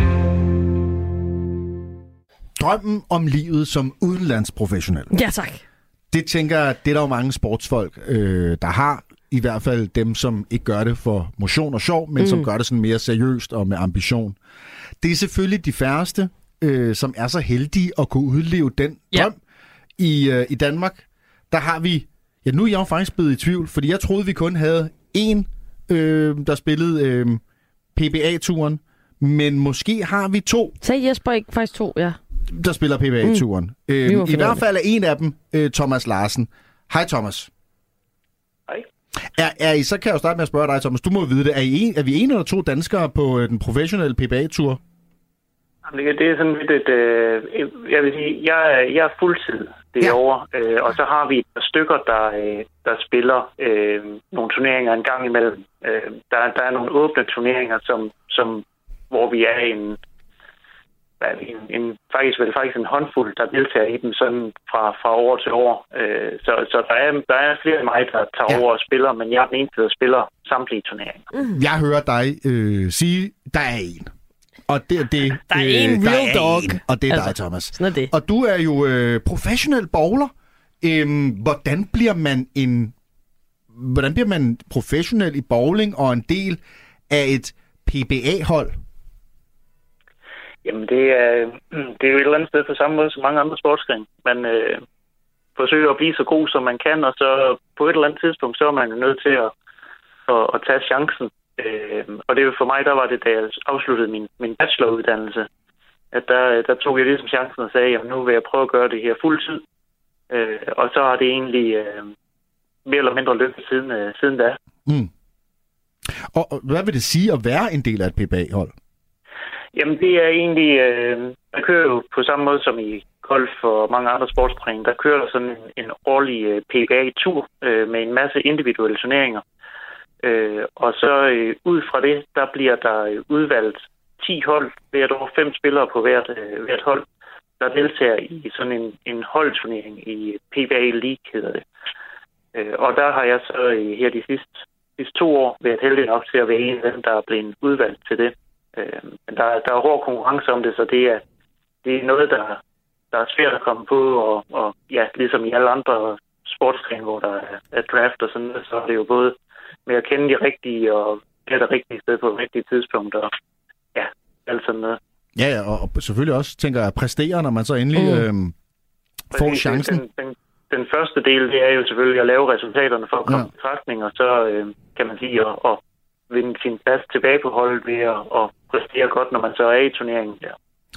Drømmen om livet som udenlandsprofessionel. Ja, tak. Det tænker jeg, det er der jo mange sportsfolk, der har. I hvert fald dem, som ikke gør det for motion og sjov, men som gør det sådan mere seriøst og med ambition. Det er selvfølgelig de færreste, som er så heldige at kunne udleve den drøm. I Danmark, der har vi... Ja, nu er jeg jo faktisk blevet i tvivl, fordi jeg troede, vi kun havde én, der spillede PBA-turen. Men måske har vi 2. Sagde Jesper ikke faktisk 2, ja. Der spiller PBA-turen. I hvert fald er en af dem Thomas Larsen. Hej Thomas. Hej. Så kan jeg jo starte med at spørge dig, Thomas. Du må vide det. Er vi 1 eller 2 danskere på den professionelle PBA-tur? Det er sådan lidt jeg vil sige, jeg er fuldtid derovre. Og så har vi et par stykker, der spiller nogle turneringer en gang imellem. Der er nogle åbne turneringer, hvor vi er faktisk en håndfuld, der deltager i dem sådan fra år til år. Så der er flere af mig, der tager over og spiller, men jeg er den eneste, der spiller samtlige turneringer. Jeg hører dig sige, der er en. Og der er en real dog. Og det er dig, Thomas. Sådan er det. Og du er jo professionel bowler. Hvordan bliver man professionel i bowling og en del af et PBA-hold? Jamen, det er jo et eller andet sted på samme måde som mange andre sportsgrene. Man forsøger at blive så god, som man kan, og så på et eller andet tidspunkt, så er man jo nødt til at tage chancen. Og det er jo for mig, der var det, da jeg afsluttede min bacheloruddannelse, at der tog jeg ligesom chancen og sagde, jamen nu vil jeg prøve at gøre det her fuldtid. Og så har det egentlig mere eller mindre lykkes siden da. Mm. Og hvad vil det sige at være en del af et PBA-hold? Jamen det er egentlig, der kører jo på samme måde som i golf og mange andre sportsgrene, der kører der sådan en årlig PBA-tur med en masse individuelle turneringer. Og så ud fra det, der bliver der udvalgt 10 hold, hvert år 5 spillere på hvert hold, der deltager i sådan en holdturnering i PBA League, hedder det. Og der har jeg så her de sidste 2 år været heldig nok til at være en af dem, der er blevet udvalgt til det. Men der er hård konkurrence om det, så det er noget, der er svært at komme på, og ja, ligesom i alle andre sportsgrene, hvor der er draft og sådan noget, så er det jo både med at kende de rigtige og have det rigtige sted på det rigtige tidspunkt, og ja, alt sådan noget. Ja, og selvfølgelig også, tænker jeg, præstere, når man så endelig får chancen. Den første del, det er jo selvfølgelig at lave resultaterne for at komme i betragtning, og så kan man sige at vinde sin plads tilbage på holdet ved at præstere godt, når man så er i turneringen der.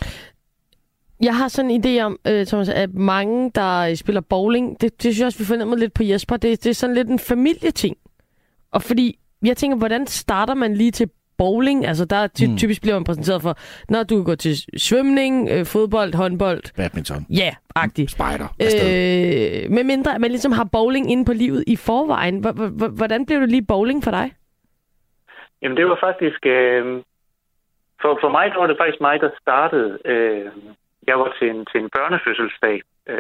Jeg har sådan en idé om, Thomas, at mange, der spiller bowling, det synes jeg også, vi fornemmer lidt på Jesper, det er sådan lidt en familieting. Og fordi, jeg tænker, hvordan starter man lige til bowling? Altså, der typisk bliver man præsenteret for, når du går til svømning, fodbold, håndbold. Badminton. Ja, agtigt. Spejder. Med mindre, at man ligesom har bowling inde på livet i forvejen. Hvordan blev det lige bowling for dig? Jamen, det var faktisk... For mig var det faktisk mig, der startede. Jeg var til en børnefødselsdag,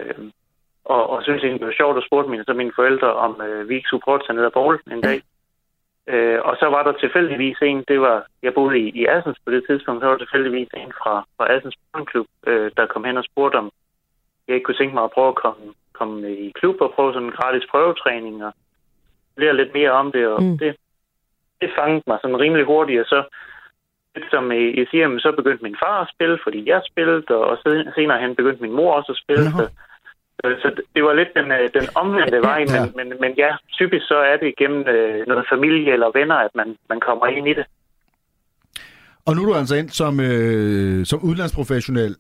og synes egentlig, det var sjovt at spurgte mine forældre, om vi ikke skulle prøve at tage ned og bowle en dag. Og så var der tilfældigvis en, jeg boede i Assens på det tidspunkt, så var der tilfældigvis en fra Assens Boldklub, der kom hen og spurgte, om jeg ikke kunne tænke mig at prøve at komme i klub og prøve sådan en gratis prøvetræning, og lære lidt mere om det, og det fangede mig sådan rimelig hurtigt, og så som jeg siger, så begyndte min far at spille, fordi jeg spillede, og senere hen begyndte min mor også at spille. Så det var lidt den omvendte vej, men ja, typisk så er det gennem noget familie eller venner, at man kommer ind i det. Og nu er du altså ind som udlandsprofessionel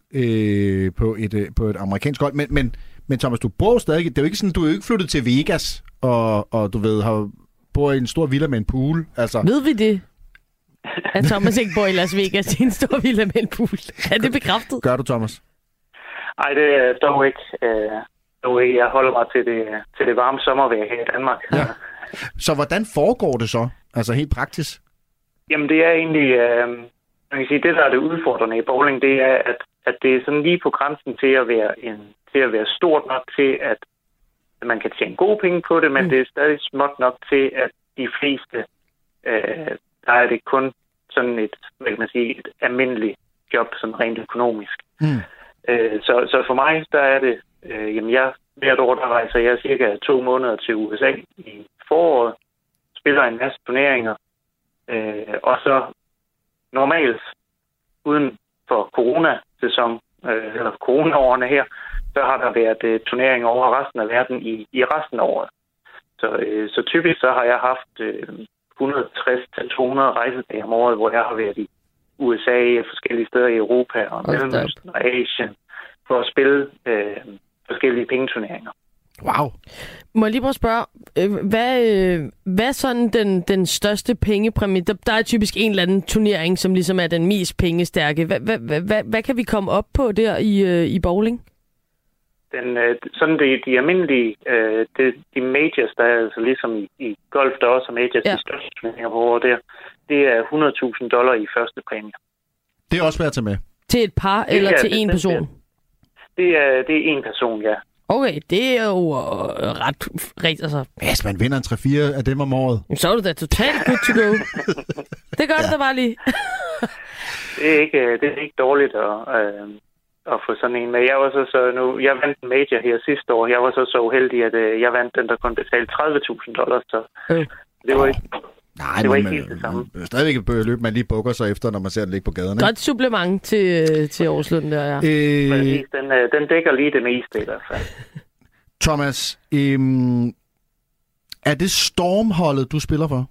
på et amerikansk hold, men Thomas, du bor stadig, det er jo ikke sådan, du er jo ikke flyttet til Vegas, og du ved, bor i en stor villa med en pool. Altså. Ved vi det? At Thomas ikke bor i Las Vegas i en stor villa med en pool. Er det bekræftet? Gør du, Thomas? Nej, det er dog ikke. Jeg holder mig til det varme sommervejr her i Danmark. Ja. Så hvordan foregår det så? Altså helt praktisk? Jamen det er egentlig, man kan sige, det der er det udfordrende i bowling, det er, at det er sådan lige på grænsen til at være stort nok til, at man kan tjene gode penge på det, men det er stadig småt nok til, at de fleste, der er det kun sådan et almindeligt job, sådan rent økonomisk. Så for mig, der er det, hvert år, der rejser jeg cirka 2 måneder til USA i foråret, spiller en masse turneringer, og så normalt uden for coronasæson, eller coronaårene her, så har der været turneringer over resten af verden i resten af året. Så typisk så har jeg haft 160-200 rejsedage om året, hvor jeg har været i USA og forskellige steder i Europa og Mellemøsten og Asien for at spille forskellige pengeturneringer. Wow. Må jeg lige prøve at spørge, hvad er sådan den største pengepræmie? Der er typisk en eller anden turnering, som ligesom er den mest pengestærke. Hvad kan vi komme op på der i bowling? sådan de almindelige, de majors, der er altså ligesom i golf, der også er majors, de største turneringer på året der, det er $100,000 i første præmie. Det er også værd at tage med. Til et par eller til en person? Det er en person, ja. Okay, det er jo ret altså. Hvis man vinder en 3-4 af dem om året. Så er du da totalt good to go. Det gør det bare lige. det er ikke dårligt at få sådan en med. Jeg vandt en major her sidste år. Jeg var så uheldig, at jeg vandt den, der kun betalte $30,000. Så det var ikke... Nej, det var ikke helt det samme. Stadigvæk et beløb, man lige bukker sig efter, når man ser den ligge på gaden. Godt supplement til Årslund der, ja. Den dækker lige det meste i hvert fald. Thomas, er det Stormholdet, du spiller for?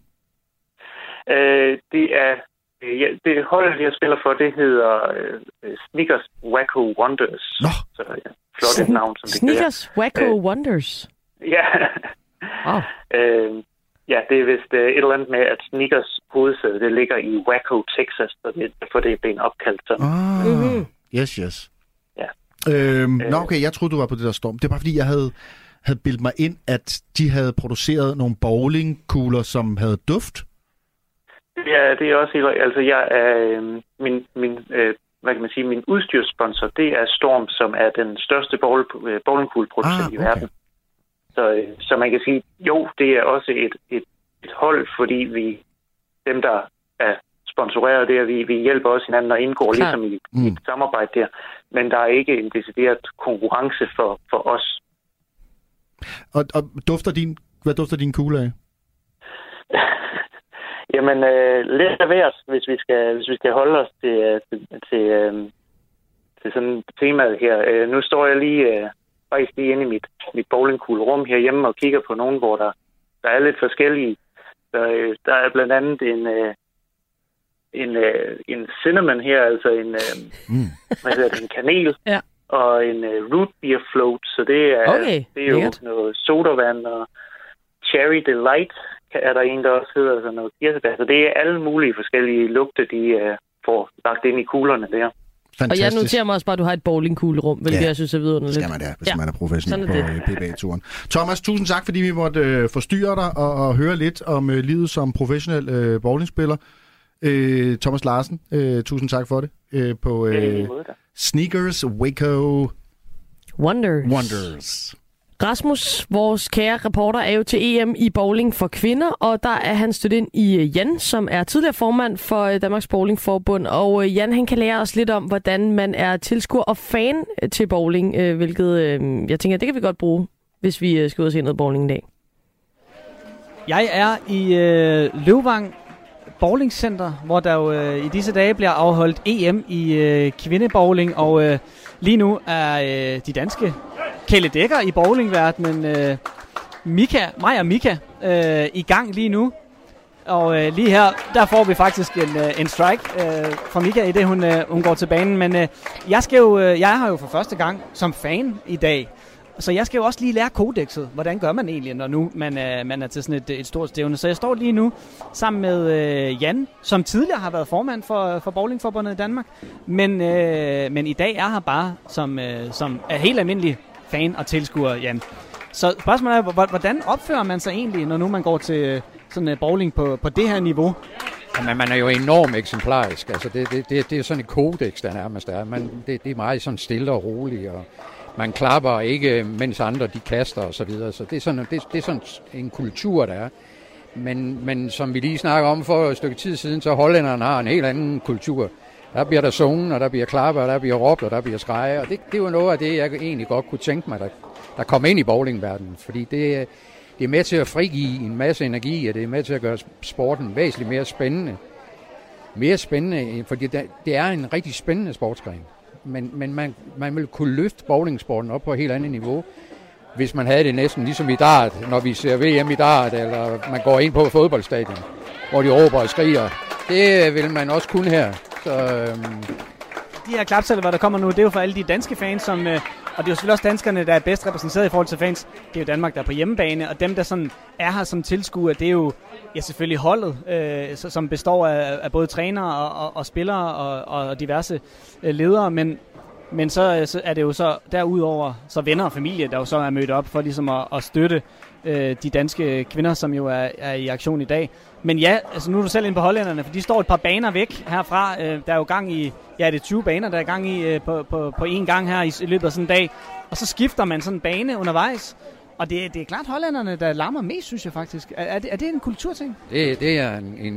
Det hold, jeg spiller for, det hedder Sneakers Wacko Wonders. Nå. Så flot et navn, som det Sneakers Wacko Wonders? Ja. Wow. Ja, det er vist et eller andet med, at Sneakers hovedsæde, det ligger i Waco, Texas, for det er blevet opkaldt sådan. Yes. Ja. Okay, jeg troede, du var på det der Storm. Det er bare fordi, jeg havde bildt mig ind, at de havde produceret nogle bowlingkugler, som havde duft. Ja, det er også helt... Altså, jeg er hvad kan man sige, min udstyrssponsor, det er Storm, som er den største bowlingkugleproducent i verden. Så man kan sige, jo, det er også et hold, fordi dem, der er sponsoreret der, vi hjælper også hinanden og indgår ligesom i et samarbejde der. Men der er ikke en decideret konkurrence for os. Og hvad dufter din kugle af? Jamen, lidt af hvert, hvis vi skal holde os til sådan temaet her. Nu står jeg faktisk lige inde i mit bowlingkuglerum herhjemme og kigger på nogen, hvor der er lidt forskellige. Der er blandt andet en cinnamon her, altså en kanel, og en root beer float, så det er jo noget sodavand, og cherry delight er der en, der også hedder sådan noget kirsebær. Så det er alle mulige forskellige lugte, de får lagt ind i kuglerne der. Fantastisk. Og jeg noterer mig også bare, at du har et bowlingkuglerum, hvilket jeg synes er vidunderligt. Det skal man da, hvis man er professionel på PBA-turen. Thomas, tusind tak, fordi vi måtte forstyrre dig og høre lidt om livet som professionel bowlingspiller. Thomas Larsen, tusind tak for det. På Sneakers Waco Wonders. Rasmus, vores kære reporter, er jo til EM i bowling for kvinder, og der er han stødt ind i Jan, som er tidligere formand for Danmarks Bowlingforbund. Og Jan, han kan lære os lidt om, hvordan man er tilskuer og fan til bowling, hvilket jeg tænker, det kan vi godt bruge, hvis vi skal ud og se noget bowling i dag. Jeg er i Løvvang Bowlingcenter, hvor der jo i disse dage bliver afholdt EM i kvindebowling, og lige nu er de danske kæledækker i bowlingverdenen, Maja og Mika, i gang lige nu. Og lige her, der får vi faktisk en strike fra Mika, i det hun går til banen. Men jeg er her jo for første gang som fan i dag. Så jeg skal jo også lige lære kodekset. Hvordan gør man egentlig, når nu man er til sådan et stort stævne? Så jeg står lige nu sammen med Jan, som tidligere har været formand for Bowlingforbundet i Danmark. Men i dag er her bare som er helt almindelig fan og tilskuer, Jan. Så spørgsmålet er, hvordan opfører man sig egentlig, når nu man går til sådan bowling på det her niveau? Jamen, man er jo enormt eksemplarisk. Altså, det er sådan et kodeks, der nærmest er. Det er meget sådan stille og roligt, og man klapper ikke, mens andre de kaster og så videre. Så det er sådan en kultur, der er. Men som vi lige snakker om for et stykke tid siden, så hollænderne har en helt anden kultur. Der bliver der sunget, og der bliver klappet, og der bliver råbt, og der bliver skreget. Og det var noget af det, jeg egentlig godt kunne tænke mig, der kom ind i bowlingverdenen. Fordi det er med til at frigive en masse energi, og det er med til at gøre sporten væsentligt mere spændende. Mere spændende, fordi det er en rigtig spændende sportsgren. Men man vil kunne løfte bowlingsporten op på et helt andet niveau, hvis man havde det næsten ligesom i dart, når vi ser VM i dart, eller man går ind på fodboldstadion, hvor de råber og skriger. Det vil man også kunne her. Så, De her klapsalver, der kommer nu, det er jo for alle de danske fans, og det er jo selvfølgelig også danskerne, der er bedst repræsenteret i forhold til fans. Det er jo Danmark, der er på hjemmebane, og dem, der sådan er her som tilskuere, det er jo selvfølgelig holdet, som består af både trænere og spillere og diverse ledere, men Men så er det jo så derudover så venner og familie, der jo så er mødt op for ligesom at støtte de danske kvinder, som jo er i aktion i dag. Men ja, altså nu er du selv inde på hollænderne, for de står et par baner væk herfra. Der er jo gang i, det er 20 baner, der er gang i på en gang her i løbet af sådan en dag. Og så skifter man sådan en bane undervejs. Og det er klart hollænderne, der larmer mest, synes jeg faktisk. Er det en kulturting? Det er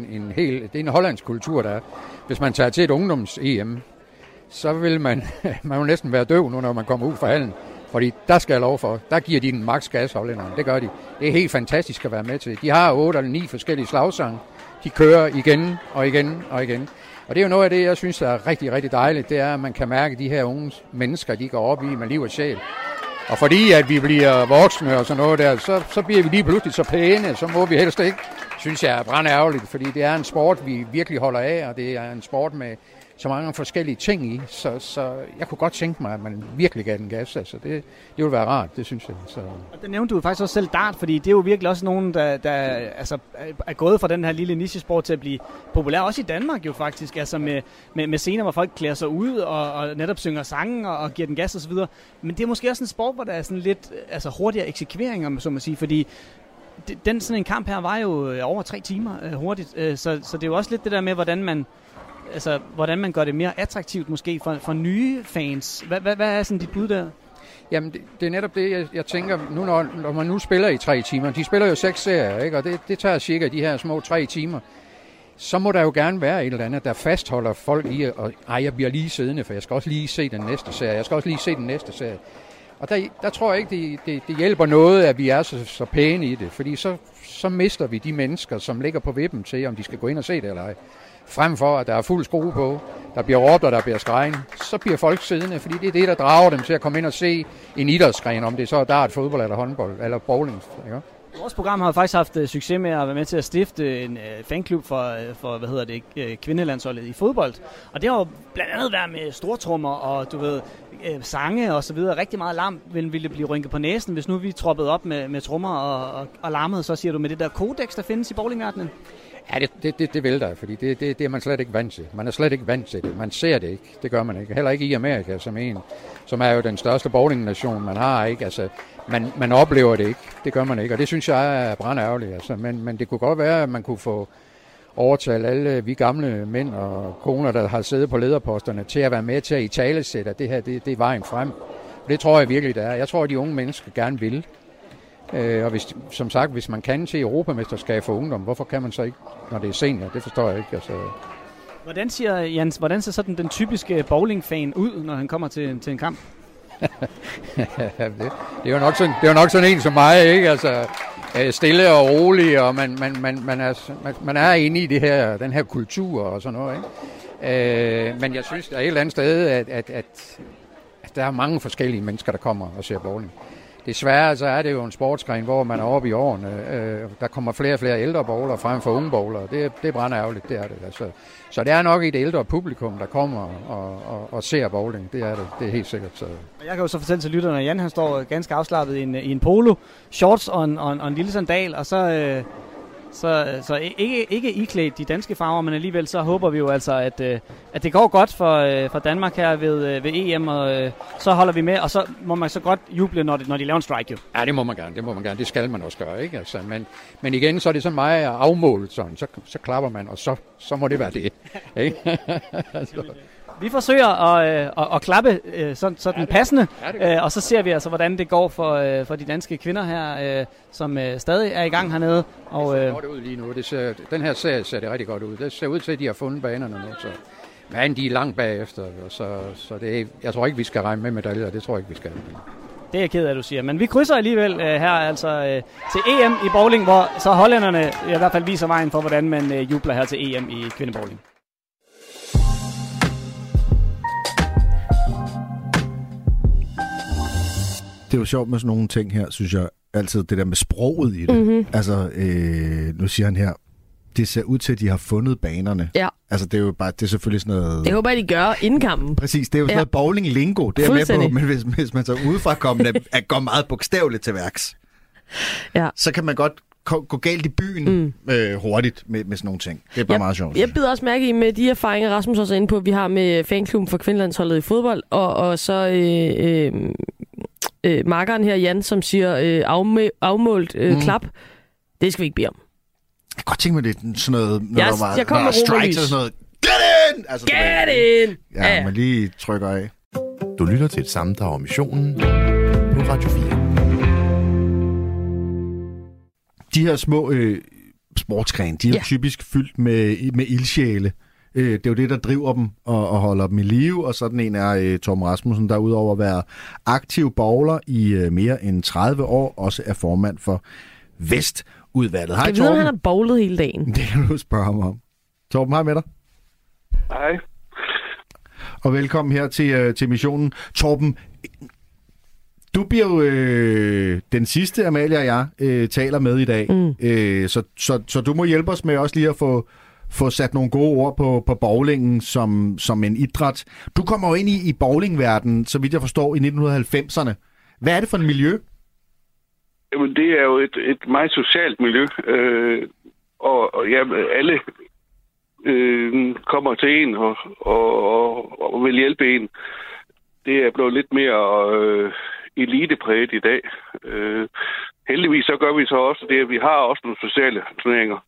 en hollandsk kultur, der er. Hvis man tager til et ungdoms-EM, så vil man jo næsten være døv nu, når man kommer ud fra hallen. Fordi der skal jeg lov for. Der giver de den maks gas, hollænderne. Det gør de. Det er helt fantastisk at være med til. De har 8 eller 9 forskellige slagsange. De kører igen og igen og igen. Og det er jo noget af det, jeg synes, der er rigtig, rigtig dejligt. Det er, at man kan mærke, at de her unge mennesker, de går op i med liv og sjæl. Og fordi at vi bliver voksne og sådan noget der, så bliver vi lige pludselig så pæne, så må vi helst ikke. Synes jeg er brandærgerligt, fordi det er en sport, vi virkelig holder af, og det er en sport med så mange forskellige ting i. Så jeg kunne godt tænke mig, at man virkelig gav den gas. Altså, det ville være rart, det synes jeg. Så. Og det nævnte du faktisk også selv dart, fordi det er jo virkelig også nogen, der altså, er gået fra den her lille nichesport til at blive populær, også i Danmark jo faktisk, altså med scener, hvor folk klæder sig ud og netop synger sange og giver den gas og så videre. Men det er måske også en sport, hvor der er sådan lidt hurtigere eksekvering, om så man sige, fordi sådan en kamp her var jo over 3 timer hurtigt, så det er jo også lidt det der med, hvordan man gør det mere attraktivt måske for nye fans. Hvad er sådan dit bud der? Jamen, det er netop det, jeg tænker, nu når man nu spiller i 3 timer. De spiller jo 6 serier, ikke? Og det tager cirka de her små 3 timer. Så må der jo gerne være et eller andet, der fastholder folk i, jeg bliver lige siddende, for jeg skal også lige se den næste serie. Og der tror jeg ikke, det hjælper noget, at vi er så pæne i det, fordi så mister vi de mennesker, som ligger på vippen til, om de skal gå ind og se det eller ej. Frem for, at der er fuld skrue på, der bliver råbt, og der bliver skrejen, så bliver folk siddende, fordi det er det, der drager dem til at komme ind og se en idrætsgren, om det så er dart, fodbold eller håndbold, eller bowling. Ikke? Vores program har faktisk haft succes med at være med til at stifte en fanklub for kvindelandsholdet i fodbold. Og det har jo blandt andet været med stortrummer og sange og så videre. Rigtig meget larm ville blive rynket på næsen, hvis nu vi troppede op med trommer og larmede, så siger du med det der kodex, der findes i bowlingverdenen. Ja, det vil der, fordi det er man slet ikke vant til. Man er slet ikke vant til det. Man ser det ikke. Det gør man ikke. Heller ikke i Amerika, som er jo den største bowlingnation, man har. Ikke? Altså, man oplever det ikke. Det gør man ikke, og det synes jeg er brandærgerligt. Altså, men det kunne godt være, at man kunne få overtalt alle vi gamle mænd og koner, der har siddet på lederposterne, til at være med til at italesætte, at det her det er vejen frem. Og det tror jeg virkelig, det er. Jeg tror, at de unge mennesker gerne vil. Og hvis man kan til Europamesterskab for ungdom, hvorfor kan man så ikke, når det er senior? Det forstår jeg ikke. Altså. Hvordan ser sådan den typiske bowlingfan ud, når han kommer til en kamp? det er jo nok sådan en som mig, ikke? Altså, stille og rolig, og man er inde i den her kultur og sådan noget, ikke? Men jeg synes, der er et eller andet sted, at der er mange forskellige mennesker, der kommer og ser bowling. Desværre så er det jo en sportsgren, hvor man er oppe i årene. Der kommer flere og flere ældre bowlere frem for unge bowlere. Det er brandærgerligt, det er det. Altså. Så det er nok et ældre publikum, der kommer og ser bowling. Det er det. Det er helt sikkert. Så. Jeg kan jo så fortælle til lytterne, at Jan han står ganske afslappet i en polo, shorts og en lille sandal, og så ikke iklædt de danske farver, men alligevel så håber vi jo altså, at det går godt for Danmark her ved EM, og så holder vi med, og så må man så godt juble, når de laver en strike jo. Ja, det må man gerne. Det skal man også gøre, ikke? Altså, men igen, så er det sådan meget afmålet, sådan. Så klapper man, og så må det være det. Ikke? Altså. Vi forsøger at klappe sådan passende, og så ser vi altså, hvordan det går for de danske kvinder her, som stadig er i gang hernede. Og, det ser godt ud lige nu. Den her serie ser det rigtig godt ud. Det ser ud til, at de har fundet banerne nu. Men de er langt bagefter, så jeg tror ikke, vi skal regne med medaljer. Det tror jeg ikke, vi skal. Det er jeg ked af, du siger. Men vi krydser alligevel her altså til EM i bowling, hvor så hollænderne i hvert fald viser vejen for, hvordan man jubler her til EM i kvindebowling. Det er jo sjovt med sådan nogle ting her, synes jeg. Altid det der med sproget i det. Mm-hmm. Altså, nu siger han her, det ser ud til, at de har fundet banerne. Ja. Altså, det er jo bare, det er selvfølgelig sådan noget... Det håber jeg, de gør inden kampen. Præcis, det er jo sådan noget bowling-lingo. Det er med på, men hvis man så udefrakommende går meget bogstaveligt til værks, så kan man godt gå galt i byen hurtigt med sådan nogle ting. Det er bare meget sjovt. Jeg bider også mærke i med de erfaringer, Rasmus også er inde på, vi har med fanklubben for kvindelandsholdet i fodbold, og så markeren her, Jan, som siger afmålt klap. Det skal vi ikke bede om. Jeg kan godt tænke mig, det er sådan noget, når jeg kommer der strikes og sådan noget. Get in! Altså, Get in! Ja, man lige trykker af. Du lytter til et sammendrag om missionen på Radio 4. De her små sportsgrene, de er jo typisk fyldt med ildsjæle. Det er jo det, der driver dem og holder dem i live, og sådan en er Tom Rasmussen, der udover at være aktiv bowler i mere end 30 år, også er formand for Vestudvalget. Hej, Torben. Jeg ved, han har bowlet hele dagen. Det kan du spørge ham om. Torben, hej med dig. Hej. Og velkommen her til missionen. Torben, du bliver jo den sidste, Amalie og jeg taler med i dag. Så du må hjælpe os med også lige at få sat nogle gode ord på bowlingen som en idræt. Du kommer jo ind i bowlingverdenen, så vidt jeg forstår, i 1990'erne. Hvad er det for et miljø? Jamen, det er jo et meget socialt miljø. Og ja, alle kommer til en og vil hjælpe en. Det er blevet lidt mere elitepræget i dag. Heldigvis så gør vi så også det, at vi har også nogle sociale turneringer.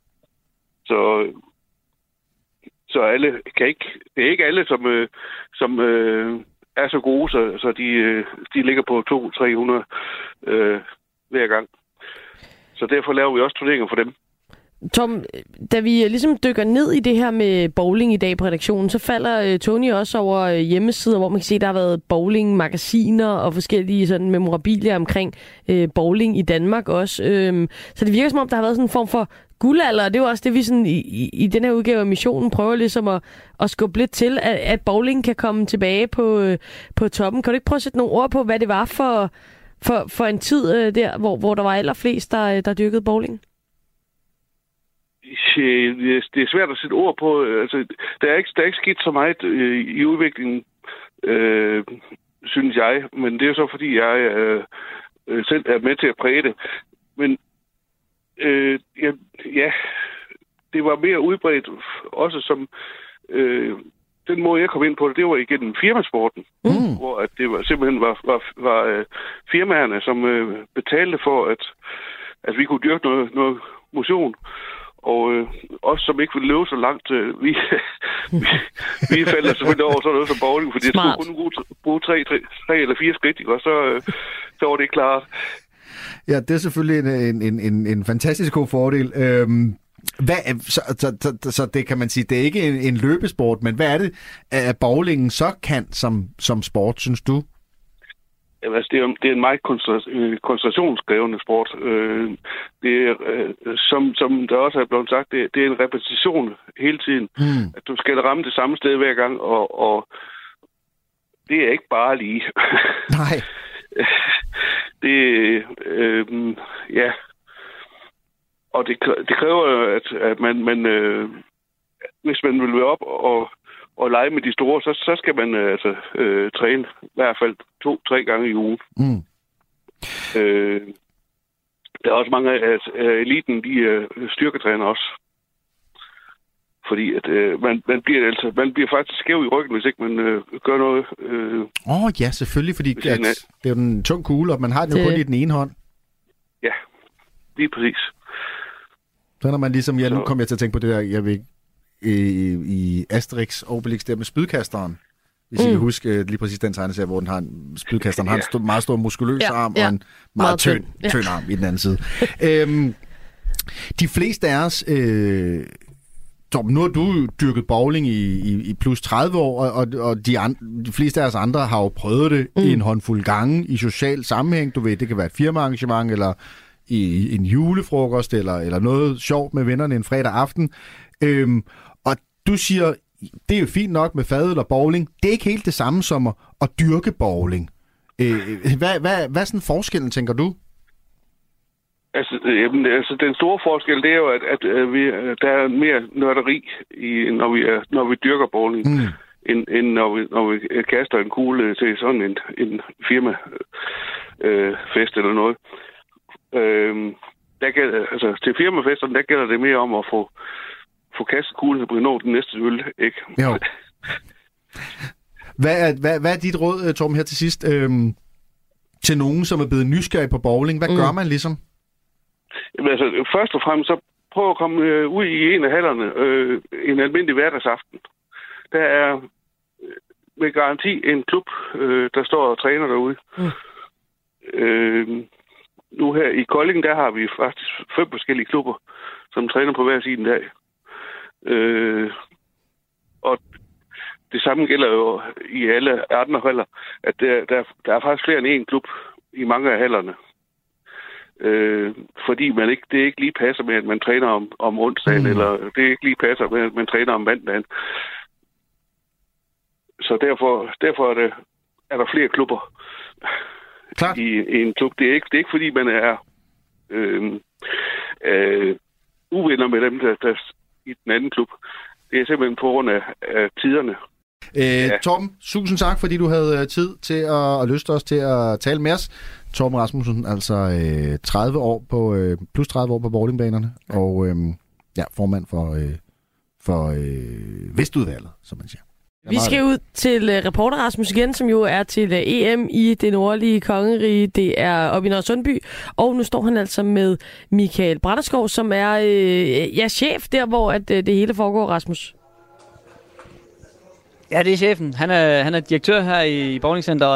Så alle kan ikke... Det er ikke alle, som er så gode, så de ligger på 200-300 hver gang. Så derfor laver vi også turneringer for dem. Tom, da vi ligesom dykker ned i det her med bowling i dag på redaktionen, så falder Tony også over hjemmesider, hvor man kan se, at der har været bowling-magasiner og forskellige sådan memorabilia omkring bowling i Danmark også. Så det virker som om, der har været sådan en form for guldalder, og det er jo også det, vi sådan i den her udgave af missionen prøver ligesom at skubbe lidt til, at bowling kan komme tilbage på toppen. Kan du ikke prøve at sætte nogle ord på, hvad det var for en tid der, hvor der var allerflest, der dyrkede bowling? Det er svært at sætte ord på. Altså, der er ikke sket så meget i udviklingen, synes jeg. Men det er så, fordi jeg selv er med til at præge det. Men ja, det var mere udbredt også som... den måde, jeg kom ind på det var igennem firmasporten. Hvor at det simpelthen var firmaerne, som betalte for, at vi kunne dyrke noget motion. Og os, som ikke ville løbe så langt, vi falder selvfølgelig over sådan noget som bowling, fordi jeg skulle kun bruge 3 eller 4 skridt, og så var det klart. Ja, det er selvfølgelig en fantastisk god fordel. Så det kan man sige, det er ikke en løbesport, men hvad er det, at bowlingen så kan som sport, synes du? Altså, det er en meget koncentrationskrævende sport. Det er, som der også er blevet sagt, det er en repetition hele tiden. At du skal ramme det samme sted hver gang, og det er ikke bare lige. Nej. Ja. Og det kræver, at man hvis man vil være op og lege med de store, så skal man træne i hvert fald 2-3 gange i ugen. Der er også mange af eliten, de styrketræner også. Fordi at man bliver faktisk skæv i ryggen, hvis ikke man gør noget. Ja, selvfølgelig, fordi det er jo en tung kugle, og man har den jo kun i den ene hånd. Ja, lige præcis. Så når man ligesom, nu kommer jeg til at tænke på det der, jeg vil i Asterix Obelix der med spydkasteren. Hvis I kan huske lige præcis den tegneserie, hvor spydkasteren har en meget stor muskuløs arm og en meget tynd arm i den anden side. De fleste af os... Torben, nu har du dyrket bowling i plus 30 år, og de fleste af os andre har jo prøvet det i en håndfuld gange i social sammenhæng. Du ved, det kan være et firmaarrangement, eller i en julefrokost, eller noget sjovt med vennerne en fredag aften. Og du siger, det er jo fint nok med fadøl og bowling. Det er ikke helt det samme som at dyrke bowling. Hvad er sådan forskellen, tænker du? Altså, den store forskel, det er jo, at der er mere nørderi, når vi dyrker bowling, end når vi kaster en kugle til sådan en firmafest eller noget. der gælder, altså til firmafesterne, der gælder det mere om at få kastet kuglen og nå den næste øl, ikke? Jo. Hvad er dit råd, Torben, her til sidst, til nogen, som er blevet nysgerrig på bowling? Hvad gør man ligesom? Jamen, altså, først og fremmest, så prøv at komme ud i en af hallerne en almindelig hverdagsaften. Der er med garanti en klub, der står og træner derude. Nu her i Kolding, der har vi faktisk 5 forskellige klubber, som træner på hver sin dag. Og det samme gælder jo i alle andre haller, at der er faktisk flere end en klub i mange af hallerne. Fordi det ikke lige passer med, at man træner om onsdagen, eller det ikke lige passer med, at man træner om mandagen. Så derfor er der flere klubber i en klub. Det er ikke fordi, man er uvenner med dem, der i den anden klub. Det er simpelthen på grund af tiderne. Torben, tusind tak, fordi du havde tid til at lyste os til at tale med os. Torben Rasmussen, altså 30 år på bowlingbanerne, og formand for Vestudvalget, som man siger. Vi skal ud til reporter Rasmus igen, som jo er til EM i det nordlige kongerige. Det er oppe i Nørresundby, og nu står han altså med Michael Bratterskov, som er chef der, hvor det hele foregår, Rasmus. Ja, det er chefen. Han er direktør her i bowlingcenter,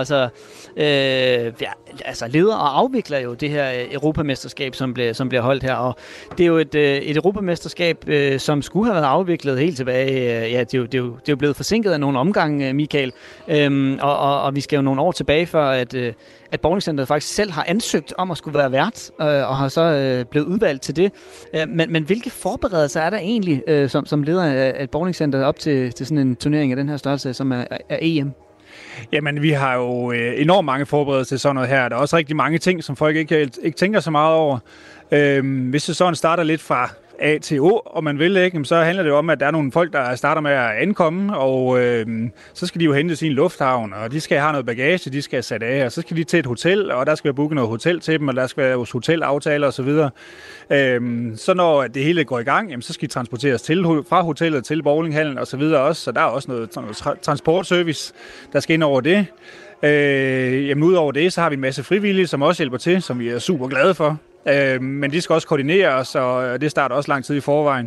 altså leder og afvikler jo det her europamesterskab, som bliver holdt her. Og det er jo et europamesterskab, som skulle have været afviklet helt tilbage. Det er jo blevet forsinket af nogle omgange, Michael. Og vi skal jo nogle år tilbage, før at bowlingcenteret faktisk selv har ansøgt om at skulle være vært, og har så blevet udvalgt til det. Men hvilke forberedelser er der egentlig som leder af et bowlingcenter op til sådan en turnering af den her størrelse, som er EM? Jamen, vi har jo enormt mange forberedelser til sådan noget her. Der er også rigtig mange ting, som folk ikke tænker så meget over. Hvis det sådan starter lidt fra A til O, og man vil ikke, så handler det jo om, at der er nogle folk, der starter med at ankomme, og så skal de jo hente sin lufthavn, og de skal have noget bagage, de skal have sat af, og så skal de til et hotel, og der skal være booket noget hotel til dem, og der skal være hotelaftaler osv. Så når det hele går i gang, jamen, så skal de transporteres fra hotellet til bowlinghallen osv. også, så der er også noget transportservice, der skal ind over det. Jamen udover det, så har vi en masse frivillige, som også hjælper til, som vi er super glade for. Men de skal også koordineres, og det starter også lang tid i forvejen.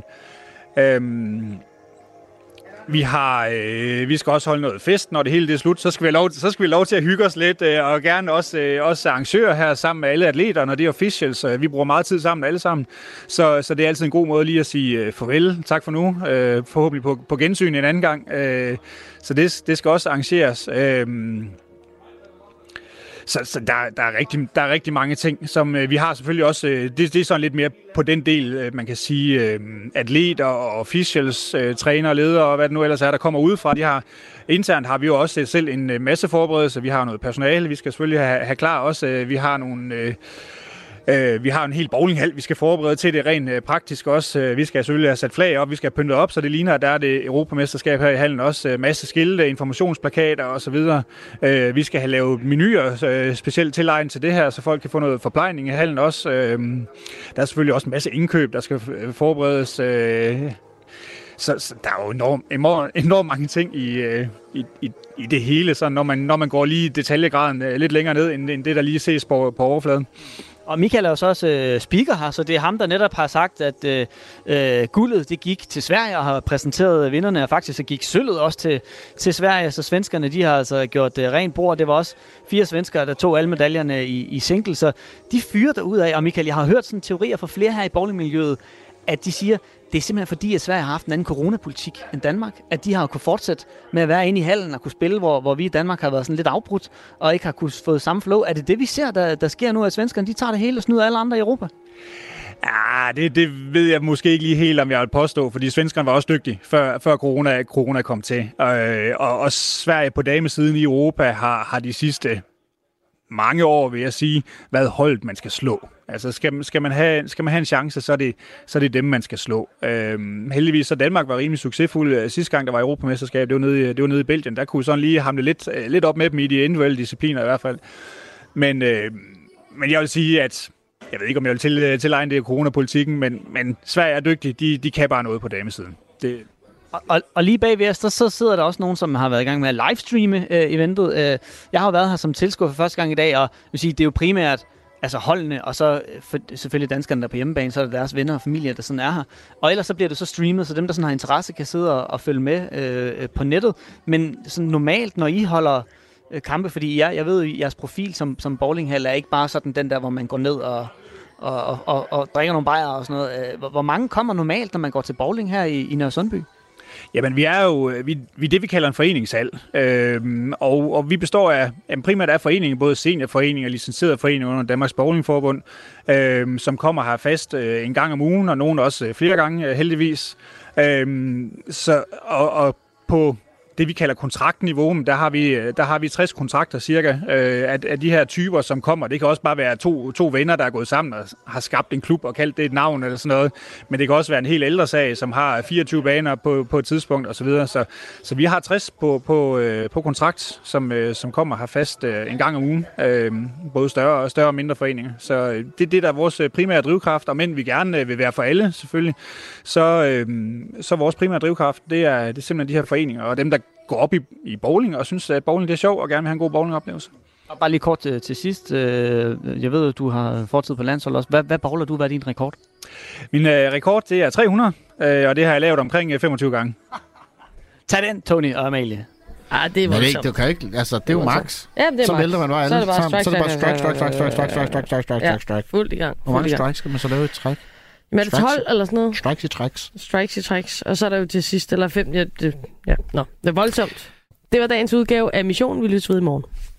Vi skal også holde noget fest, når det hele er slut. Så skal vi have lov til at hygge os lidt, og gerne også arrangører her sammen med alle atleter, når det er officials. Vi bruger meget tid sammen alle sammen. Så det er altid en god måde lige at sige farvel, tak for nu. Forhåbentlig på gensyn en anden gang. Så det skal også arrangeres. Så der er rigtig mange ting, som vi har selvfølgelig også. Det er sådan lidt mere på den del, man kan sige, atleter og officials, trænere, ledere og hvad det nu ellers er, der kommer udefra. Internt har vi jo også selv en masse forberedelser. Vi har noget personale, vi skal selvfølgelig have klar også. Vi har nogle... Vi har en hel bowlinghal, vi skal forberede til det rent praktisk også. Vi skal selvfølgelig have sat flag op, vi skal have pyntet op, så det ligner, at der er det europamesterskab her i hallen også. Masse skilte, informationsplakater osv. Vi skal have lavet menuer specielt tilegnet til det her, så folk kan få noget forplejning i hallen også. Der er selvfølgelig også en masse indkøb, der skal forberedes. Så der er jo enormt mange ting i det hele, så når man går lige detaljegraden lidt længere ned, end det, der lige ses på overfladen. Og Michael er jo så også speaker her, så det er ham, der netop har sagt, at guldet det gik til Sverige og har præsenteret vinderne, og faktisk så gik sølvet også til Sverige, så svenskerne de har altså gjort rent bord. Det var også 4 svenskere, der tog alle medaljerne i single, så de fyrer derudad. Og Michael, jeg har hørt sådan teorier fra flere her i bowlingmiljøet, at de siger, det er simpelthen fordi, at Sverige har haft en anden coronapolitik end Danmark. At de har kunnet fortsætte med at være inde i hallen og kunne spille, hvor vi i Danmark har været sådan lidt afbrudt og ikke har kunnet få samme flow. Er det vi ser, der sker nu, at svenskerne de tager det hele og snyder alle andre i Europa? Ja, det ved jeg måske ikke lige helt, om jeg vil påstå, fordi svenskerne var også dygtige, før corona kom til. Og Sverige på damesiden i Europa har de sidste mange år, vil jeg sige, været holdt, man skal slå. Altså, skal man have en chance, så er det dem, man skal slå. Heldigvis, så Danmark var rimelig succesfuld sidste gang, der var Europamesterskab. Det var nede i Belgien. Der kunne sådan lige hamle lidt op med dem i de individuelle discipliner i hvert fald. Men jeg vil sige, at Jeg ved ikke, om jeg vil tilegne det coronapolitikken, men Sverige er dygtige. De kan bare noget på damesiden. Og lige bagved os, så sidder der også nogen, som har været i gang med at livestreame eventet. Jeg har jo været her som tilskuer for første gang i dag, og vil sige, det er jo primært holdene, og så selvfølgelig danskerne, der er på hjemmebane, så er det deres venner og familie, der sådan er her. Og ellers så bliver det så streamet, så dem, der sådan har interesse, kan sidde og følge med på nettet. Men sådan normalt, når I holder kampe, fordi jeg ved jo, jeres profil som bowlinghal er ikke bare sådan den der, hvor man går ned og drikker nogle bajere og sådan noget. Hvor mange kommer normalt, når man går til bowling her i Nørre Sundby? Jamen, vi er jo vi det, vi kalder en foreningshal. Og vi består af primært af foreninger, både seniorforeninger og licenserede foreninger under Danmarks Bowlingforbund, som kommer her fast en gang om ugen, og nogen også flere gange, heldigvis. Og på det, vi kalder kontraktniveau, der har vi 60 kontrakter cirka af de her typer, som kommer. Det kan også bare være to venner, der er gået sammen og har skabt en klub og kaldt det et navn eller sådan noget. Men det kan også være en helt ældre sag, som har 24 baner på et tidspunkt osv. Så vi har 60 på kontrakt, som kommer her fast en gang om ugen. Både større og mindre foreninger. Så det er det, der er vores primære drivkraft. Og men vi gerne vil være for alle, selvfølgelig. Så vores primære drivkraft, det er simpelthen de her foreninger. Og dem, der går op i bowling og synes, at bowling det er sjovt og gerne vil have en god bowlingoplevelse. Og bare lige kort til sidst. Jeg ved, at du har fortid på landshold også. Hvad bowler du? Hvad er din rekord? Min rekord, det er 300, og det har jeg lavet omkring 25 gange. Tag den, Tony og Amalie. Det er voldsomt. Du kan ikke, altså, det er jo max. Ja, det er så vælter man bare alle. Så er det bare strike. Fuldt i gang. Hvor mange strikes skal man så lave et træk? Men er det 12 eller sådan noget? Strikes i tracks. Og så er der jo til sidst, eller 5. Det er voldsomt. Det var dagens udgave af Mission. Vi lyttes ved i morgen.